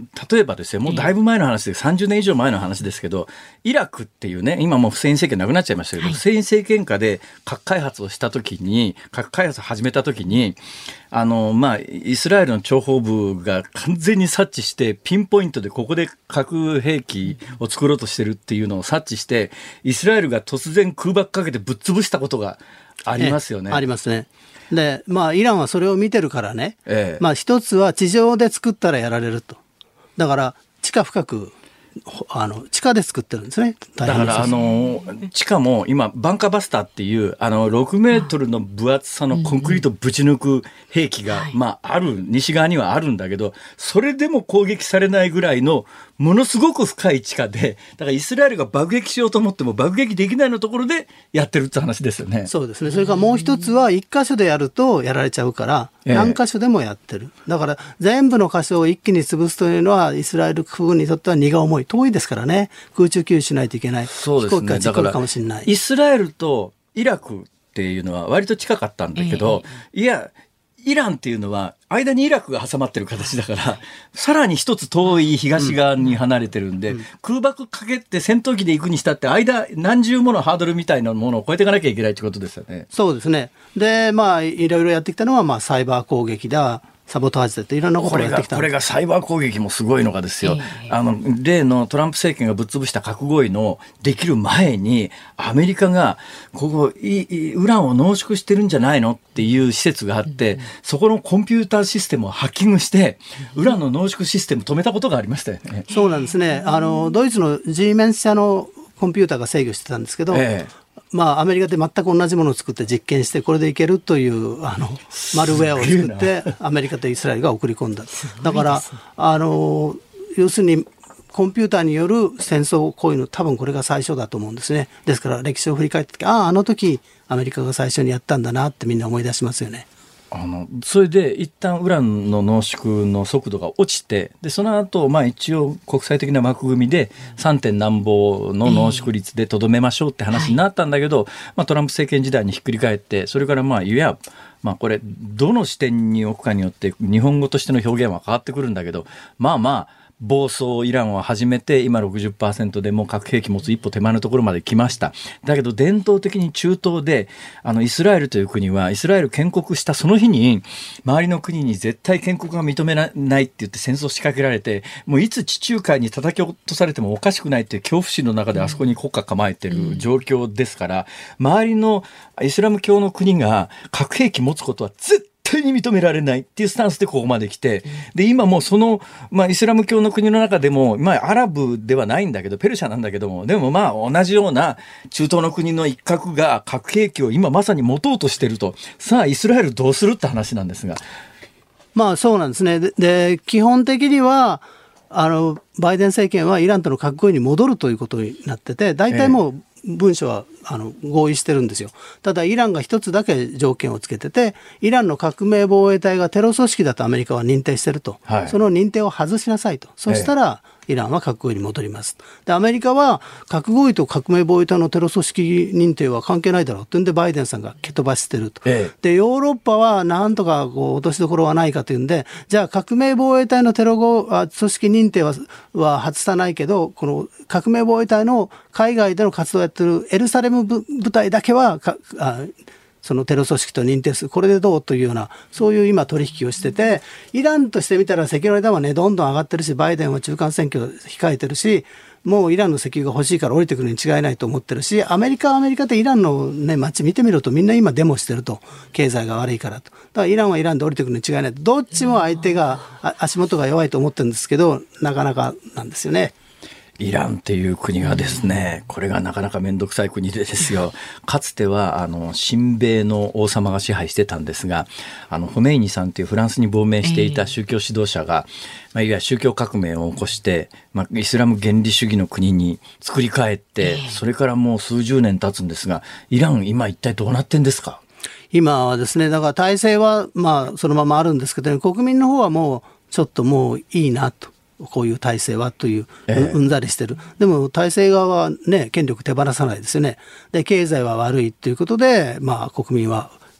例えばですよ、もうだいぶ前の話でさんじゅうねん以上前の話ですけど、イラクっていうね、今もうフセイン政権なくなっちゃいましたけど、はい、フセイン政権下で核開発をしたときに、核開発を始めたときに、あの、まあ、イスラエルの諜報部が完全に察知して、ピンポイントでここで核兵器を作ろうとしてるっていうのを察知して、イスラエルが突然空爆かけてぶっ潰したことがありますよね。 ありますね。で、まあ、イランはそれを見てるからね、 ええ、 まあ、一つは地上で作ったらやられると。だから、地下深く、あの地下で作ってるんですね。 だからあの地下も今バンカーバスターっていうあのろくメートルの分厚さのコンクリートをぶち抜く兵器が、まあ、ある西側にはあるんだけど、それでも攻撃されないぐらいのものすごく深い地下で、だからイスラエルが爆撃しようと思っても爆撃できないのところでやってるって話ですよね。 そうですね。それからもう一つは一箇所でやるとやられちゃうから何箇所でもやってる。だから全部の箇所を一気に潰すというのはイスラエル軍にとっては荷が重い、遠いですからね。空中給油しないといけない。 そうですね。 飛行機が事故るかもしれない。 イスラエルとイラクっていうのは割と近かったんだけど、えー、いやイランっていうのは間にイラクが挟まってる形だからさらに一つ遠い東側に離れてるんで、うんうん、空爆かけて戦闘機で行くにしたって間何重ものハードルみたいなものを超えていかなきゃいけないってことですよね。 そうですね。でまあいろいろやってきたのは、まあ、サイバー攻撃だ、サボタージだっていろんなことをやってきた。 これが、これがサイバー攻撃もすごいのがですよ、えー、あの例のトランプ政権がぶっ潰した核合意のできる前にアメリカがここいウランを濃縮してるんじゃないのっていう施設があって、うん、そこのコンピューターシステムをハッキングしてウランの濃縮システム止めたことがありましたよね。 そうなんですね。あのドイツのジーメンス社のコンピューターが制御してたんですけど、えーまあ、アメリカで全く同じものを作って実験してこれでいけるというあのマルウェアを作ってアメリカとイスラエルが送り込んだ。だからあの要するにコンピューターによる戦争行為の多分これが最初だと思うんですね。ですから歴史を振り返った時、あああの時アメリカが最初にやったんだなってみんな思い出しますよね。 あのそれで一旦ウランの濃縮の速度が落ちて、でその後、まあ一応国際的な枠組みでさんてんなんぼの濃縮率でとどめましょうって話になったんだけど、まあ、トランプ政権時代にひっくり返って、それからまあいや、まあ、これどの視点に置くかによって日本語としての表現は変わってくるんだけど、まあまあ暴走イランを始めて今 ろくじゅっパーセント でもう核兵器持つ一歩手前のところまで来ました。だけど伝統的に中東であのイスラエルという国はイスラエル建国したその日に周りの国に絶対建国が認めないって言って戦争を仕掛けられて、もういつ地中海に叩き落とされてもおかしくないっていう恐怖心の中であそこに国家構えてる状況ですから、周りのイスラム教の国が核兵器持つことは絶対絶対に認められないっていうスタンスでここまで来て、で今もうその、まあ、イスラム教の国の中でも、まあ、アラブではないんだけどペルシャなんだけども、でもまあ同じような中東の国の一角が核兵器を今まさに持とうとしてると、さあイスラエルどうするって話なんですが、 まあそうなんですね。で、で基本的にはあのバイデン政権はイランとの核合意に戻るということになってて、大体もう、ええ文書はあの合意してるんですよ。ただイランが一つだけ条件をつけてて、イランの革命防衛隊がテロ組織だとアメリカは認定してると、はい、その認定を外しなさいと。そしたら、ええイランは核合意に戻ります。でアメリカは核合意と革命防衛隊のテロ組織認定は関係ないだろうというんでバイデンさんが蹴飛ばしてると、ええ、でヨーロッパはなんとかこう落としどころはないかというんで、じゃあ革命防衛隊のテロ組織認定は、は外さないけど、この革命防衛隊の海外での活動をやってるエルサレム部隊だけはかあそのテロ組織と認定する、これでどうというような、そういう今取引をしてて、イランとしてみたら石油の値段はねどんどん上がってるし、バイデンは中間選挙を控えてるし、もうイランの石油が欲しいから降りてくるに違いないと思ってるし、アメリカはアメリカでイランの、ね、街見てみるとみんな今デモしてると、経済が悪いからと。だからイランはイランで降りてくるに違いない。どっちも相手が足元が弱いと思ってるんですけど、なかなかなんですよね。 イランっていう国がですね、これがなかなかめんどくさい国でですよ、かつてはあの親米の王様が支配してたんですが、あのホメイニさんというフランスに亡命していた宗教指導者が、まあ、いわゆる宗教革命を起こして、まあ、イスラム原理主義の国に作り変えて、それからもう数十年経つんですが、イラン今一体どうなってんですか？ 今はですね、だから体制はまあそのままあるんですけど、国民の方はもうちょっともういいなと。こういう体制はという、うんざりしてる。でも体制側はね、権力手放さないですよね。で、経済は悪いということで、まあ国民は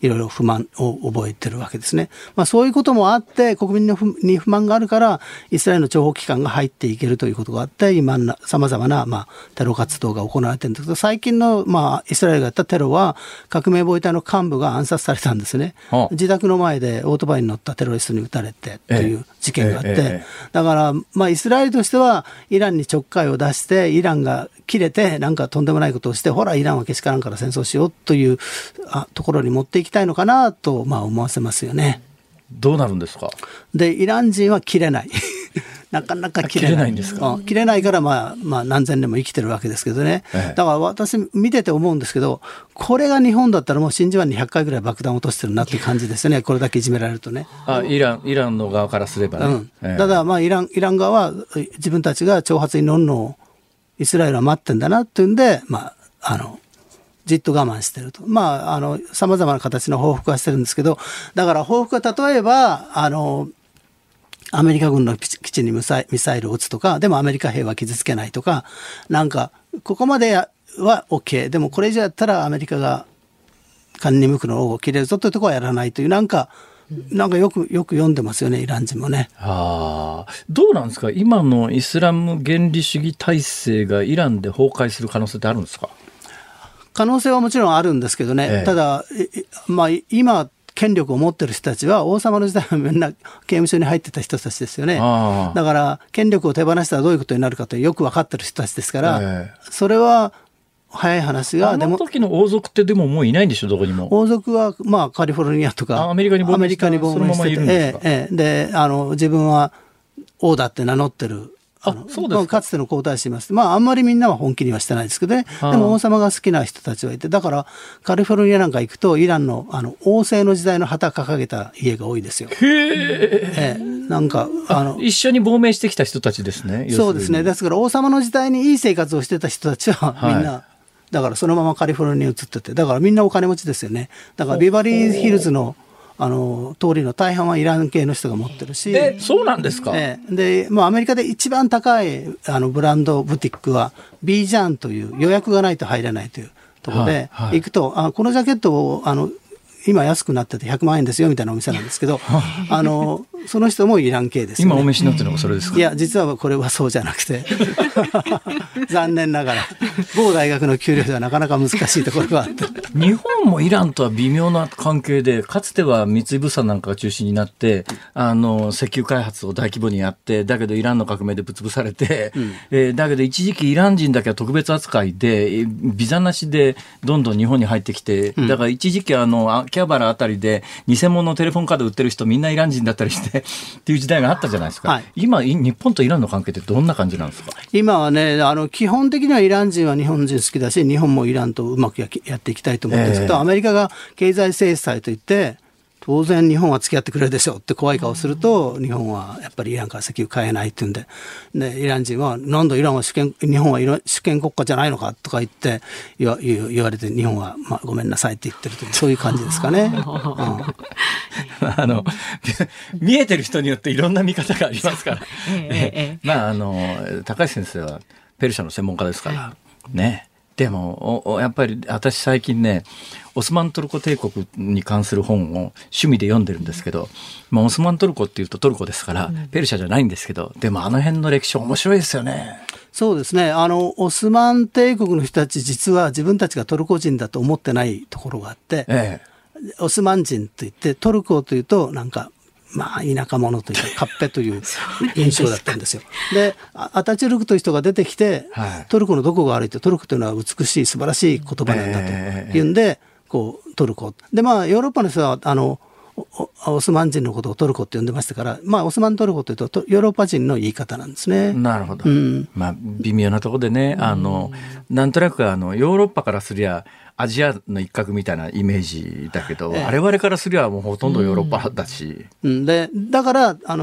いろいろ不満を覚えてるわけですね。まあそういうこともあって、国民の不に不満があるから、イスラエルの諜報機関が入っていけるということがあって、今、様々な、まあ、テロ活動が行われてるんですけど、最近の、まあ、イスラエルがやったテロは、革命防衛隊の幹部が暗殺されたんですね。ああ自宅の前でオートバイに乗ったテロリストに撃たれてという事件があって、ええええ、だから、まあ、イスラエルとしては、イランにちょっかいを出して、イランが切れて、なんかとんでもないことをして、ほら、イランはけしからんから戦争しようというあところに持っていきたいのかなと、まあ、思わせますよね。 どうなるんですか。 で、イラン人は切れない。なかなか切れない。 切れないんですか。 切れないから、まあ、まあ、何千年も生きてるわけですけどね。ええ、だから私、見てて思うんですけど、これが日本だったらもう真珠湾にひゃっかいぐらい爆弾を落としてるなっていう感じですね。これだけいじめられるとね。 あ、イラン、イランの側からすればね。うんええ、ただ、まあ、イラン、イラン側は自分たちが挑発に乗るのをイスラエルは待ってんだなっていうんで、まあ、あの、じっと我慢してると。まあ、あの、様々な形の報復はしてるんですけど、だから報復は例えば、あの、アメリカ軍の基地にミサイルを撃つとか、でもアメリカ兵は傷つけないとか、なんか、ここまでは OK。でもこれ以上やったらアメリカが勘に向くのを切れるぞというところはやらないという、なんか、なんかよく、よく読んでますよね、イラン人もね。 ああ、どうなんですか。今のイスラム原理主義体制がイランで崩壊する可能性ってあるんですか。 可能性はもちろんあるんですけどね。ええ、ただ、まあ、今、権力を持っている人たちは王様の時代はみんな刑務所に入ってた人たちですよね。だから権力を手放したらどういうことになるかとよく分かっている人たちですから、えー、それは早い話が。 あの時の王族ってでももういないんでしょ、どこにも。 王族はまあカリフォルニアとかアメリカに亡命して、そのままいるんですか。 ええええ、であの自分は王だって名乗ってる。 あのそうですか。 かつての皇太子います。まああんまりみんなは本気にはしてないですけどね。でも王様が好きな人たちはいて、だからカリフォルニアなんか行くとイランのあの王政の時代の旗掲げた家が多いですよ。 へえ。 ええ、なんかあの一緒に亡命してきた人たちですね。 そうですね。ですから王様の時代にいい生活をしてた人たちはみんな、はい、だからそのままカリフォルニアに移ってて、だからみんなお金持ちですよね。だからビバリーヒルズのあの通りの大半はイラン系の人が持ってるし。 え、そうなんですか。 えで、まあ、アメリカで一番高いあのブランドブティックはビージャンという予約がないと入れないというところで、はいはい、行くとあこのジャケットをあの今安くなっててひゃくまんえんですよみたいなお店なんですけどあのその人もイラン系ですよね。 今お召しになってるのがそれですか。 いや実はこれはそうじゃなくて残念ながら某大学の給料ではなかなか難しいところがあって日本もイランとは微妙な関係で、かつては三井物産なんかが中心になってあの石油開発を大規模にやって、だけどイランの革命でぶつぶされて、うんえー、だけど一時期イラン人だけは特別扱いでビザなしでどんどん日本に入ってきて、だから一時期あの秋葉原あたりで偽物のテレフォンカード売ってる人みんなイラン人だったりしてっていう時代があったじゃないですか、はい、今日本とイランの関係ってどんな感じなんですか。 今はねあの基本的にはイラン人は日本人好きだし、日本もイランとうまく や, やっていきたいと思ってるんですけど、えー、アメリカが経済制裁といって当然日本は付き合ってくれるでしょうって怖い顔すると、日本はやっぱりイランから石油買えないっていうんで、でイラン人はなんだイランは主権日本は主権国家じゃないのかとか言って言 わ, 言われて、日本は、まあ、ごめんなさいって言ってるという、そういう感じですかね、うん、あの見えてる人によっていろんな見方がありますから、えー、まああの高橋先生はペルシャの専門家ですからね。でもやっぱり私最近ねオスマントルコ帝国に関する本を趣味で読んでるんですけど、まあ、オスマントルコっていうとトルコですから、うん、ペルシャじゃないんですけど、でもあの辺の歴史面白いですよね。 そうですね。あのオスマン帝国の人たち実は自分たちがトルコ人だと思ってないところがあって、ええ、オスマン人といってトルコというとなんかまあ田舎者というかカッペという印象だったんですよ。でアタチュルクという人が出てきて、はい、トルコのどこが悪いって、トルコというのは美しい素晴らしい言葉なんだというんで、えー、こうトルコで、まあヨーロッパの人はあのオスマン人のことをトルコって呼んでましたから、まあオスマントルコというとヨーロッパ人の言い方なんですね。 なるほど、うん、まあ微妙なところでね、あのなんとなくあのヨーロッパからすりゃアジアの一角みたいなイメージだけど、ええ、我々からすりゃもうほとんどヨーロッパだし、 うん、でだからあの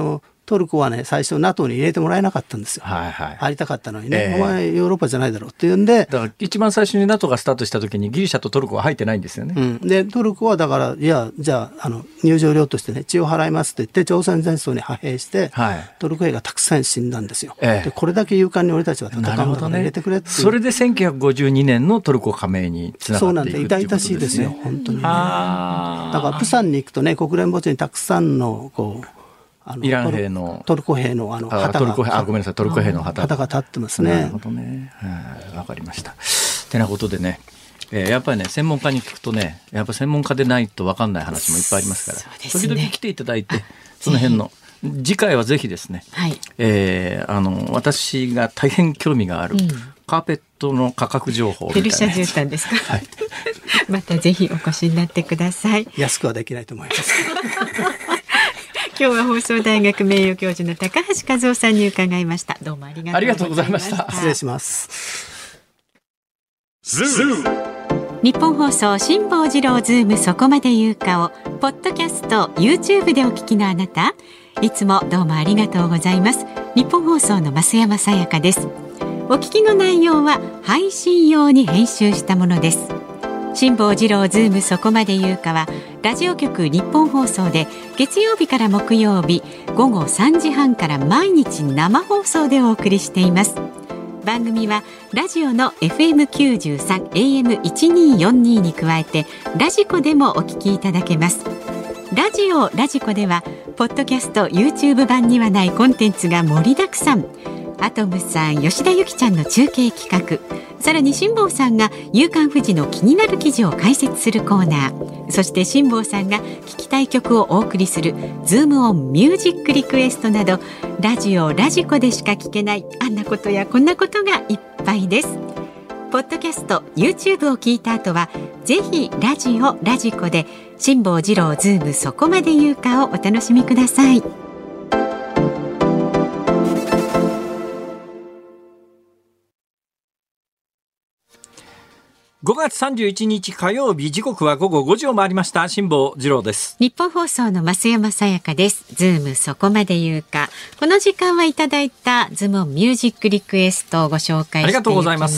トルコはね最初 ナトー に入れてもらえなかったんですよ、はいはい、入りたかったのにね、えー、お前ヨーロッパじゃないだろうっていうんで、 だから一番最初に ナトー がスタートした時にギリシャとトルコは入ってないんですよね、 うん、でトルコはだからいやじゃあ、あの入場料としてね血を払いますと言って朝鮮戦争に派兵して、はい、トルコ兵がたくさん死んだんですよ、えー、でこれだけ勇敢に俺たちは戦うんだから入れてくれっていう、 それでせんきゅうひゃくごじゅうにねんのトルコ加盟につながっていくっていうことですね。そうなんで痛々しいですよ本当にね。あだからプサンに行くとね国連墓地にたくさんのこうあのイラン兵のトルコ兵のあの旗があごめんなさいトルコ兵の旗旗が立ってますね。 なるほどね、わかりました。てなことでね、えー、やっぱりね専門家に聞くとねやっぱ専門家でないと分かんない話もいっぱいありますから、ね、時々来ていただいてその辺の次回はぜひですね、はいえー、あの私が大変興味がある、うん、カーペットの価格情報みたいなペルシャ絨毯ですか、はい、またぜひお越しになってください。 安くはできないと思います今日は放送大学名誉教授の高橋和夫さんに伺いました。どうもありがとうございました。 失礼します。 日本放送辛坊治郎ズームそこまで言うかをポッドキャスト YouTube でお聞きのあなた、いつもどうもありがとうございます。日本放送の増山さやかです。お聞きの内容は配信用に編集したものです。辛坊治郎ズームそこまで言うかはラジオ局日本放送で月曜日から木曜日午後さんじはんから毎日生放送でお送りしています。番組はラジオの エフエムきゅうじゅうさん エーエムせんにひゃくよんじゅうに に加えてラジコでもお聞きいただけます。ラジオラジコではポッドキャスト YouTube 版にはないコンテンツが盛りだくさん。アトムさん、吉田ゆきちゃんの中継企画、さらに辛坊さんが夕刊フジの気になる記事を解説するコーナー、そして辛坊さんが聞きたい曲をお送りするズームオンミュージックリクエストなど、ラジオラジコでしか聞けないあんなことやこんなことがいっぱいです。ポッドキャスト YouTube を聞いた後はぜひラジオラジコで辛坊治郎ズームそこまで言うかをお楽しみください。 ごがつさんじゅういちにち火曜日、時刻は午後ごじを回りました。辛坊治郎です。 日本放送の増山さやかです。ズームそこまで言うか。この時間はいただいたズームミュージックリクエストをご紹介していきます。ありがとうございます。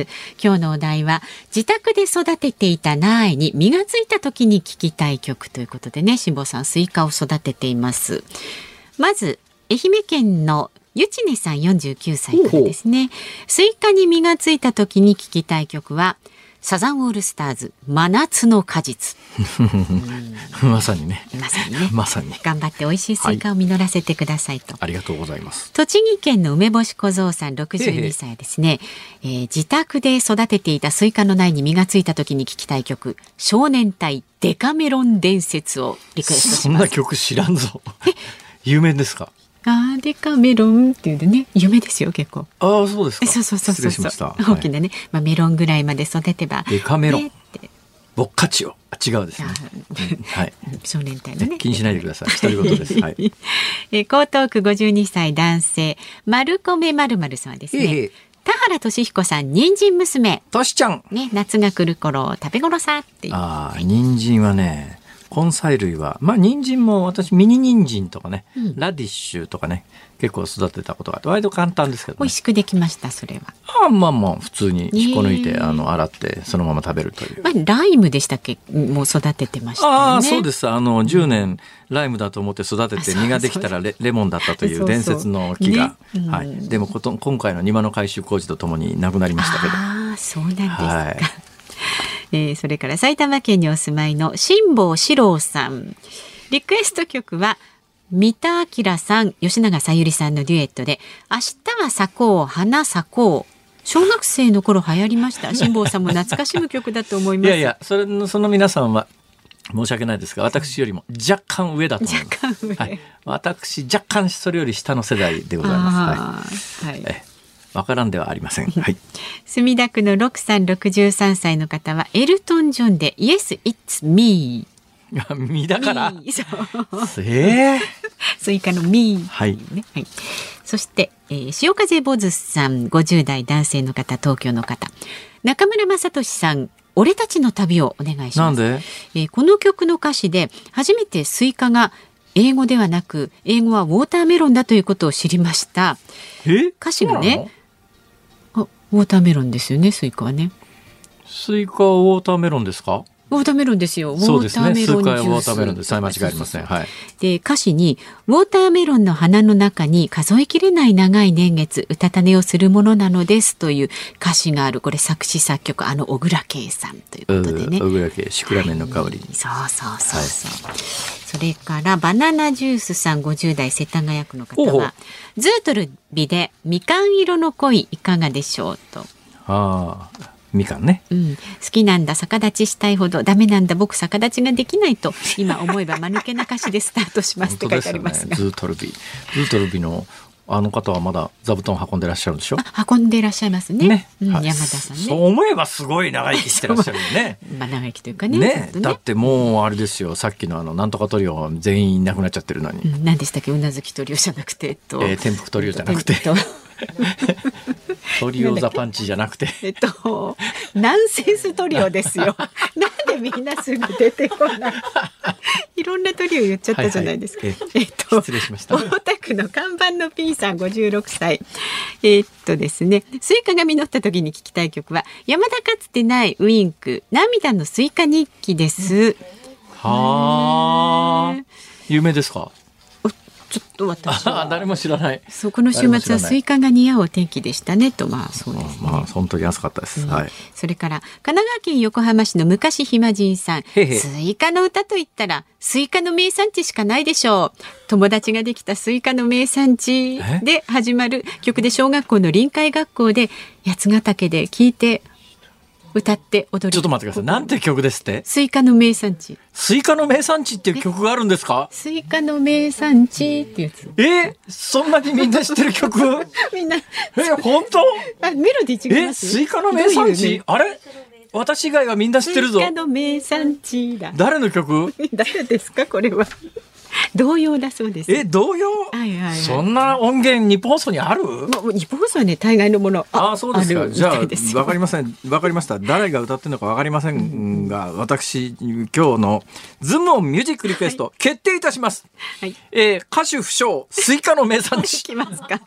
今日のお題は自宅で育てていた苗に実がついた時に聴きたい曲ということでね、辛坊さんスイカを育てています。まず愛媛県のゆちねさんよんじゅうきゅうさいからですね。スイカに実がついた時に聴きたい曲はサザンオールスターズ真夏の果実まさにねまさにねまさに頑張って美味しいスイカを実らせてくださいと、 はい、ありがとうございます。 栃木県の梅干し小僧さんろくじゅうにさいですね、えー、自宅で育てていたスイカの苗に実がついた時に聴きたい曲、少年隊デカメロン伝説をリクエストします。 そんな曲知らんぞ有名ですか？ あデカメロンっていうね、夢ですよ結構。 ああそうですか。 そうそうそうそう。 失礼しました。 大きなね、まあ、メロンぐらいまで育てばデカメロン、ね、ボッカチオ違うですね、 はい、少年隊のね気にしないでください、独り言です、はい、 え江東区ごじゅうにさい男性丸米まるまるさんですね、ええ、田原俊彦さん人参娘としちゃん、 ね、夏が来る頃食べ頃さっていう。 ああ人参はね根菜類はまあ人参も私ミニ人参とかね、うん、ラディッシュとかね結構育てたことがあって割と簡単ですけど、ね、 美味しくできましたそれは。 あまあまあ普通に引っこ抜いてあの洗ってそのまま食べるという、 まあ、ライムでしたっけもう育ててましたよね。 ああそうです。あのじゅうねんライムだと思って育てて実ができたら レ, レモンだったという伝説の木がそうそう、ねはい、でもこと今回の庭の改修工事とともになくなりましたけど。 あそうなんですか、 はいえー、それから埼玉県にお住まいの辛坊史郎さん、リクエスト曲は三田明さん吉永小百合さんのデュエットで明日は咲こう花咲こう。小学生の頃流行りました。辛坊さんも懐かしむ曲だと思います。 いやいやそれのその皆さんは申し訳ないですが私よりも若干上だと思います。 若干上、はい、 私若干それより下の世代でございます。はい、はいえわからんではありません、はい、 墨田区のろくさんろくじゅうさんさいの方はエルトン・ジョンで Yes, it's me。 みだからそうえー、 スイカのミー、 はいねはい、そして、えー、潮風ボズさんごじゅうだい男性の方東京の方中村雅俊さん俺たちの旅をお願いします。 なんで、 えー、この曲の歌詞で初めてスイカが英語ではなく英語はウォーターメロンだということを知りました。 え歌詞がね、あ、ウォーターメロンですよね、スイカはね。 スイカはウォーターメロンですか？ ウォーターメロンですよ。 そうですね。 ウォーターメロンジュース。 スイカはウォーターメロンです。間違いありません。はい。 で、歌詞にウォーターメロンの花の中に数えきれない長い年月うたた寝をするものなのですという歌詞がある。これ作詞作曲あの小倉圭さんということでね。 小倉圭、シクラメンの香り、はい、 そうそうそうそう、はい、それからバナナジュースさんごじゅう代世田谷区の方はズートルビでみかん色の恋いかがでしょうと。 ああ、みかんね、 うん、好きなんだ逆立ちしたいほどダメなんだ僕逆立ちができないと今思えば間抜けな歌詞でスタートしますって書いてありますが、 ね、ズートルビズートルビのあの方はまだ座布団運んでらっしゃるんでしょ。 運んでいらっしゃいますね。ね、うん、 はい、 山田さんね。 そう思えばすごい長生きしてらっしゃるよね。 まあ長生きというかね。 ね、ね、だってもうあれですよ、さっきのあのなんとかトリオは全員いなくなっちゃってるのに。 うん、何でしたっけ、うなずきトリオじゃなくて、えっと、 えー、天福トリオじゃなくて。トリオザパンチじゃなくて、 えっとナンセンストリオですよ。なんでみんなすぐ出てこない。いろんなトリオ言っちゃったじゃないですか。はいはい、えっと失礼しました。 大田区の看板の P さんごじゅうろくさい。えっとですね、スイカが実った時に聞きたい曲は山田かつてないウインク涙のスイカ日記です。 はあ、有名ですか？ ちょっと私は誰も知らない。 そう、この週末はスイカが似合うお天気でしたねと。まあそうですね。 まあ本当に安かったです。うん、はい。 それから神奈川県横浜市の昔暇人さん、へへ、スイカの歌といったらスイカの名産地しかないでしょう。友達ができたスイカの名産地で始まる曲で小学校の臨海学校で八ヶ岳で聴いて歌って踊り。 ちょっと待ってください。なんて曲ですって？ スイカの名産地。 スイカの名産地っていう曲があるんですか？ スイカの名産地ってやつ。 え、そんなにみんな知ってる曲？ みんな。 え、本当？ あ、メロディー違います？ え、スイカの名産地？ういうあれ？私以外はみんな知ってるぞ。 スイカの名産地だ。 誰の曲？ 誰ですかこれは？童謡だそうです。 え、童謡？ はいはいはい、そんな音源日本放送にある？ もう日本放送はね、大概のもの。 ああ、そうですか。じゃあわかりません。わかりました。誰が歌ってるのかわかりませんが、うん、私今日のズモンミュージックリクエスト、はい、決定いたします。はい、えー、歌手不詳スイカの名産地。 いきますか。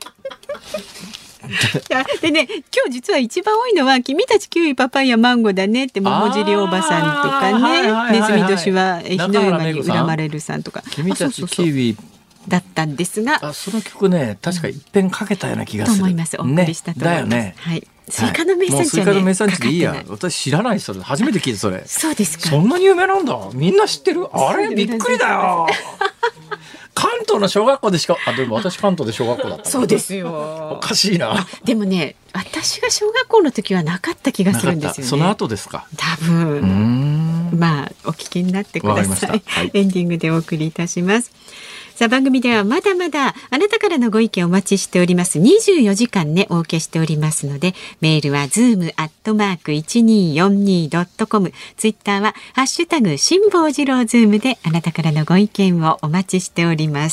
でね、今日実は一番多いのは君たちキウイパパイヤマンゴーだねって桃尻おばさんとかね、ネズミ年は日の山に恨まれるさんとか、 君たちキウイだったんですが、 あ、その曲ね、確か一遍かけたような気がする、 と思います。お送りしたと思います。ね、だよね。はい。スイカの名産地はね、 スイカの名産地でいいや。私知らない、それ初めて聞いた。それ。 そうですか。 そんなに有名なんだ。みんな知ってる。あれびっくりだよ。関東の小学校でしか、あ、でも私関東で小学校だった。 そうですよ。 おかしいな。 でもね、私が小学校の時はなかった気がするんですよね。 その後ですか。 多分。まあお聞きになってください。はい、エンディングでお送りいたします。さあ、番組ではまだまだあなたからのご意見お待ちしております。にじゅうよじかんね、お受けしておりますので、メールは ズーム アットマーク いちにーよんにー ドットコム、ツイッターはハッシュタグ辛坊治郎ズームであなたからのご意見をお待ちしております。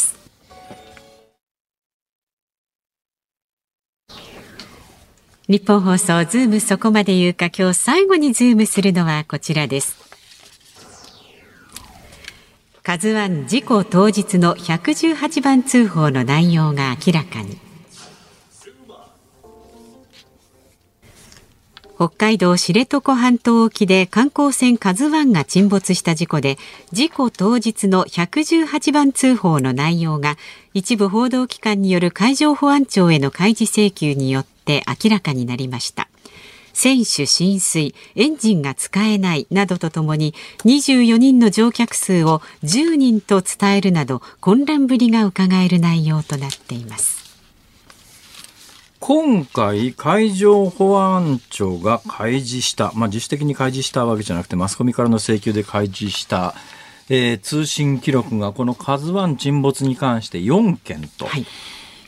日本放送ズームそこまで言うか、今日最後にズームするのはこちらです。カズワン事故当日のひゃくじゅうはちばん通報の内容が明らかに。北海道知床半島沖で観光船カズワンが沈没した事故で、事故当日のひゃくじゅうはちばん通報の内容が一部報道機関による海上保安庁への開示請求によって明らかになりました。船首浸水、エンジンが使えないなどとともににじゅうよにんの乗客数をじゅうにんと伝えるなど混乱ぶりがうかがえる内容となっています。 今回海上保安庁が開示した、まあ、自主的に開示したわけじゃなくてマスコミからの請求で開示した、えー、通信記録がこのカズワン沈没に関してよんけんと、はい、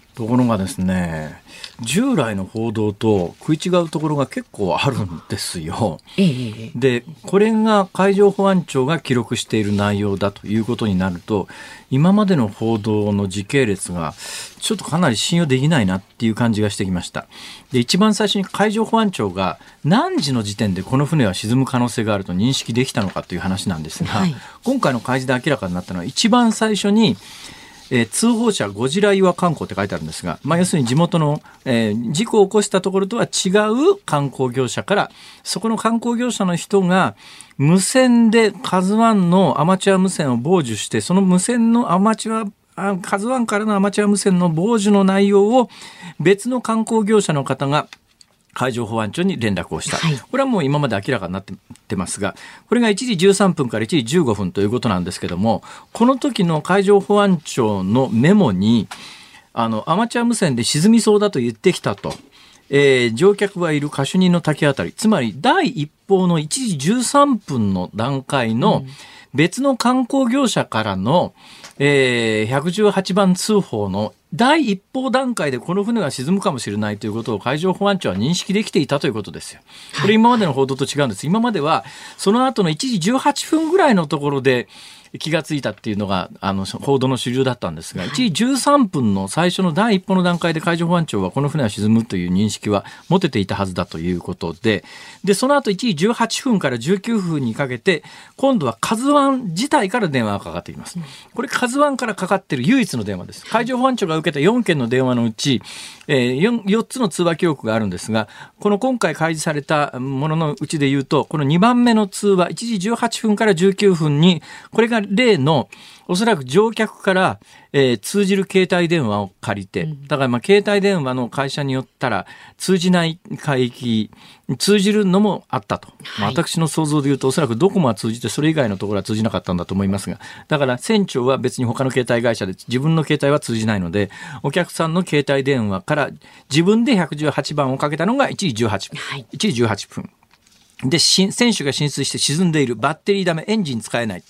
ところがですね、従来の報道と食い違うところが結構あるんですよ。ええ、でこれが海上保安庁が記録している内容だということになると、今までの報道の時系列がちょっとかなり信用できないなっていう感じがしてきました。で一番最初に海上保安庁が何時の時点でこの船は沈む可能性があると認識できたのかという話なんですが、はい、今回の開示で明らかになったのは、一番最初にえー、通報者ゴジラ岩観光って書いてあるんですが、まあ、要するに地元の、えー、事故を起こしたところとは違う観光業者から、そこの観光業者の人が無線でカズワンのアマチュア無線を傍受して、その無線のアマチュアカズワンからのアマチュア無線の傍受の内容を別の観光業者の方が海上保安庁に連絡をした、はい、これはもう今まで明らかになってますが、これがいちじじゅうさんぷんからいちじじゅうごふんということなんですけども、この時の海上保安庁のメモに、あのアマチュア無線で沈みそうだと言ってきたと、えー、乗客はいるカシュニの滝あたり、つまり第一報のいちじじゅうさんぷんの段階の別の観光業者からの、えー、ひゃくじゅうはちばん通報の第一報段階でこの船が沈むかもしれないということを海上保安庁は認識できていたということですよ。これ今までの報道と違うんです。今まではその後のいちじじゅうはっぷんぐらいのところで気がついたっていうのがあの報道の主流だったんですが、いちじじゅうさんぷんの最初の第一報の段階で海上保安庁はこの船は沈むという認識は持てていたはずだということで、でその後いちじじゅうはっぷんからじゅうきゅうふんにかけて今度はカズワン自体から電話がかかってきます。これカズワンからかかっている唯一の電話です。海上保安庁が受けたよんけんの電話のうち、えー、4, 4つの通話記録があるんですが、この今回開示されたもののうちで言うと、このにばんめの通話いちじじゅうはっぷんからじゅうきゅうふんに、これが例のおそらく乗客から、えー、通じる携帯電話を借りて、だからまあ携帯電話の会社によったら通じない海域、通じるのもあったと、はい、私の想像で言うとおそらくドコモは通じてそれ以外のところは通じなかったんだと思いますが、だから船長は別に他の携帯会社で自分の携帯は通じないので、お客さんの携帯電話から自分でひゃくじゅうはちばんをかけたのがいちじじゅうはっぷん、はい、いちじじゅうはっぷんで、船首が浸水して沈んでいる、バッテリーダメ、エンジン使えない。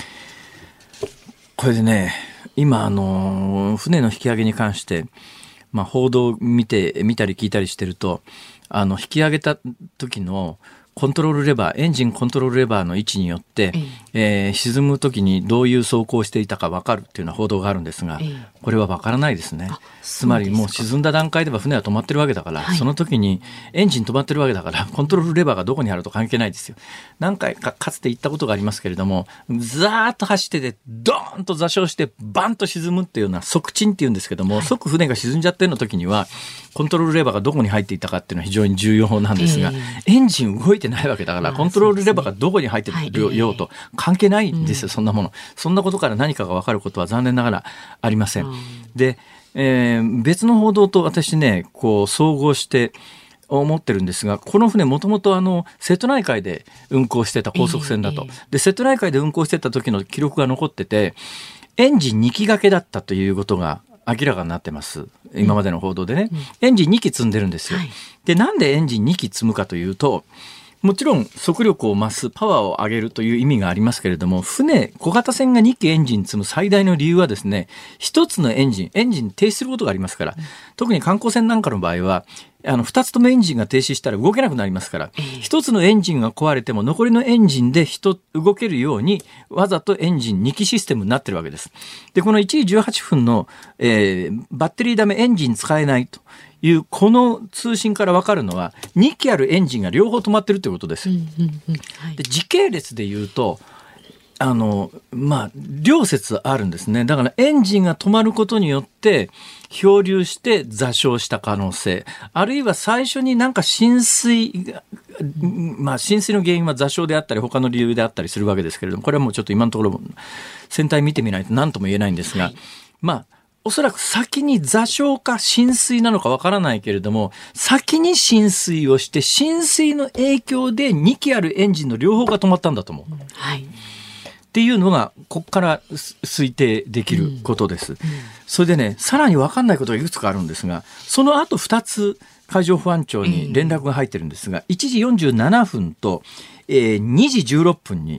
これでね、今あの船の引き上げに関して、まあ、報道を見て見たり聞いたりしてると、あの引き上げた時のコントロールレバー、エンジンコントロールレバーの位置によって、えー、沈む時にどういう走行をしていたか分かるっていうような報道があるんですが、これは分からないですね。つまりもう沈んだ段階では船は止まってるわけだから、はい、その時にエンジン止まってるわけだから、コントロールレバーがどこにあると関係ないですよ。何回かかつて行ったことがありますけれども、ザーッと走っててドーンと座礁してバンと沈むっていうような側沈っていうんですけども、はい、即船が沈んじゃってるの時にはコントロールレバーがどこに入っていたかっていうのは非常に重要なんですが、えー、エンジン動いてないわけだから、コントロールレバーがどこに入ってるようと関係ないんですよ、そんなもの。そんなことから何かが分かることは残念ながらありません。で、えー、別の報道と私ね、こう総合して思ってるんですが、この船もともとあの瀬戸内海で運航してた高速船だと、えー、で瀬戸内海で運航してた時の記録が残ってて、エンジンにき掛けだったということが明らかになってます。今までの報道でね、うんうん、エンジンにき積んでるんですよ、はい、でなんでエンジンにき積むかというと、もちろん速力を増す、パワーを上げるという意味がありますけれども、船、小型船がにきエンジン積む最大の理由はですね、一つのエンジン、エンジン停止することがありますから、うん、特に観光船なんかの場合は、あのふたつともエンジンが停止したら動けなくなりますから、一つのエンジンが壊れても残りのエンジンで人動けるようにわざとエンジンにきシステムになってるわけです。で、このいちじじゅうはっぷんの、えー、バッテリーダメ、エンジン使えないというこの通信から分かるのは、にきあるエンジンが両方止まってるということです。で、時系列で言うとあのまあ両説あるんですね。だからエンジンが止まることによって漂流して座礁した可能性、あるいは最初になんか浸水が、まあ浸水の原因は座礁であったり他の理由であったりするわけですけれども、これはもうちょっと今のところ船体見てみないと何とも言えないんですが、はい、まあおそらく先に座礁か浸水なのかわからないけれども、先に浸水をして浸水の影響でにきあるエンジンの両方が止まったんだと思う、うんはい、っていうのがここから推定できることです、うんうん、それでね、さらに分かんないことがいくつかあるんですが、その後ふたつ海上保安庁に連絡が入ってるんですが、いちじよんじゅうななふんと、えー、にじじゅうろっぷんに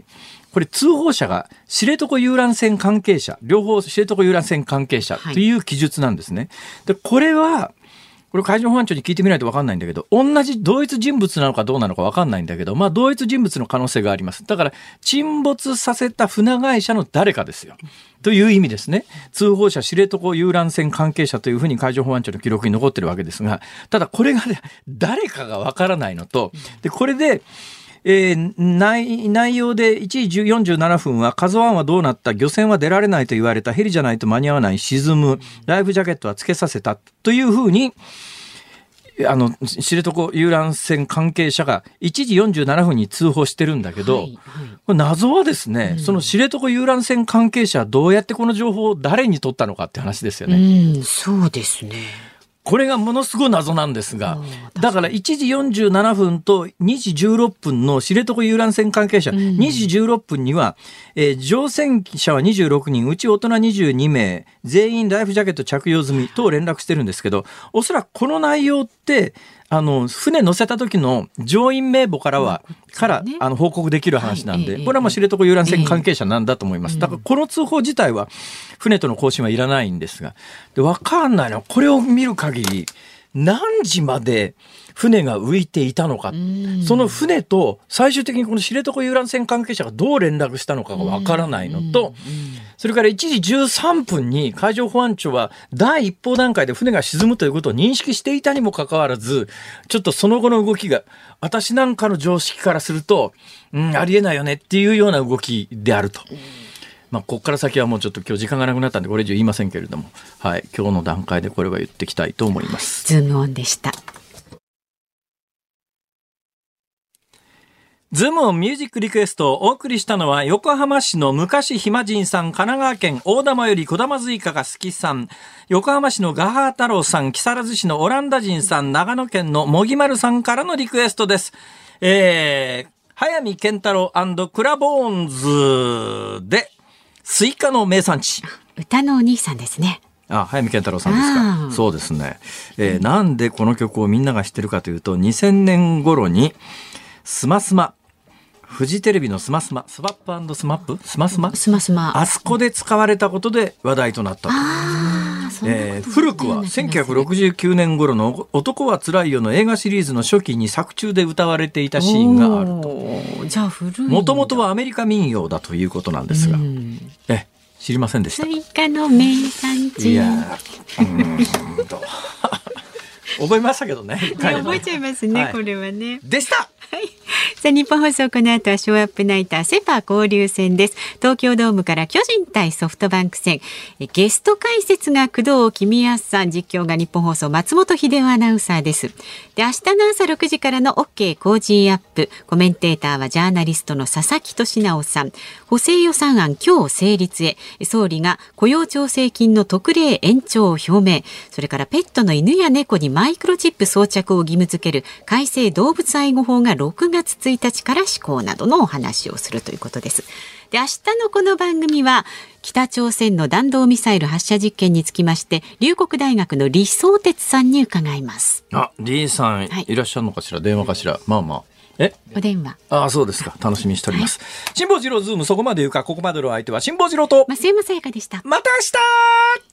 これ通報者が知床遊覧船関係者、両方知床遊覧船関係者という記述なんですね。で、これは、これ海上保安庁に聞いてみないと分かんないんだけど、同じ同一人物なのかどうなのか分かんないんだけど、まあ同一人物の可能性があります。だから沈没させた船会社の誰かですよ。という意味ですね。通報者知床遊覧船関係者というふうに海上保安庁の記録に残ってるわけですが、ただこれが、ね、誰かが分からないのと、でこれで、えー、内, 内容でいちじよんじゅうななふんはカズワンはどうなった、漁船は出られないと言われた、ヘリじゃないと間に合わない、沈む、ライフジャケットはつけさせたというふうにあの知床遊覧船関係者がいちじよんじゅうななふんに通報してるんだけど、はいはい、これ謎はですね、うん、その知床遊覧船関係者はどうやってこの情報を誰に取ったのかって話ですよね。 うん、そうですね。 これがものすごい謎なんですが、だからいちじよんじゅうななふんとにじじゅうろっぷんの知床遊覧船関係者、うん、にじじゅうろっぷんには、えー、乗船者はにじゅうろくにん、うち大人にじゅうにめい、全員ライフジャケット着用済みと連絡してるんですけど、おそらくこの内容ってあの船乗せた時の乗員名簿からは、ね、からあの報告できる話なんで、はい、これはもう知床遊覧船関係者なんだと思います。だからこの通報自体は船との交信はいらないんですが、で分かんないのはこれを見る限り何時まで船が浮いていたのか、その船と最終的にこの知床遊覧船関係者がどう連絡したのかがわからないのと、それからいちじじゅうさんぷんに海上保安庁は第一報段階で船が沈むということを認識していたにもかかわらず、ちょっとその後の動きが私なんかの常識からすると、うん、ありえないよねっていうような動きであると。まあ、ここから先はもうちょっと今日時間がなくなったんでこれ以上言いませんけれども、はい、今日の段階でこれは言っていきたいと思います。 ズームオンでした。 ズームオンミュージックリクエストをお送りしたのは横浜市の昔暇人さん、神奈川県大玉より小玉スイカが好きさん、横浜市のガハー太郎さん、木更津市のオランダ人さん、長野県のもぎまるさんからのリクエストです。えー、早見健太郎&クラボーンズでスイカの名産地。 歌のお兄さんですね。 あ、早見健太郎さんですか。そうですね、えー、なんでこの曲をみんなが知ってるかというと、にせんねん頃にスマスマ、フジテレビのスマスマ、スマップ&スマップ、スマスマ、 スマスマ、 あそこで使われたことで話題となったと。あ、えー、古くはせんきゅうひゃくろくじゅうきゅうねん頃の男はつらいよの映画シリーズの初期に作中で歌われていたシーンがあると。 じゃあ古い。 もともとはアメリカ民謡だということなんですが、え知りませんでした。 スイカの名産地。 いやうーんと覚えましたけどね。 覚えちゃいますね、はい、これはね。 でした。 はい、さあ日本放送、この後はショーアップナイターセパ交流戦です。東京ドームから巨人対ソフトバンク戦、ゲスト解説が工藤公康さん、実況が日本放送松本秀夫アナウンサーです。で、明日の朝ろくじからの OK 工事アップ、コメンテーターはジャーナリストの佐々木俊直さん。補正予算案今日成立へ、総理が雇用調整金の特例延長を表明。それからペットの犬や猫にマイクロチップ装着を義務付ける改正動物愛護法がろくがつついたちから施行などのお話をするということです。で、明日のこの番組は北朝鮮の弾道ミサイル発射実験につきまして龍谷大学の李相哲さんに伺います。 あ、李さん、はい、いらっしゃるのかしら、電話かしら。まあまあ、えお電話。 ああ、そうですか。楽しみにしております。辛坊治郎ズーム、そこまで言うか。ここまでの相手は辛坊治郎と増山さやかでした。 また明日。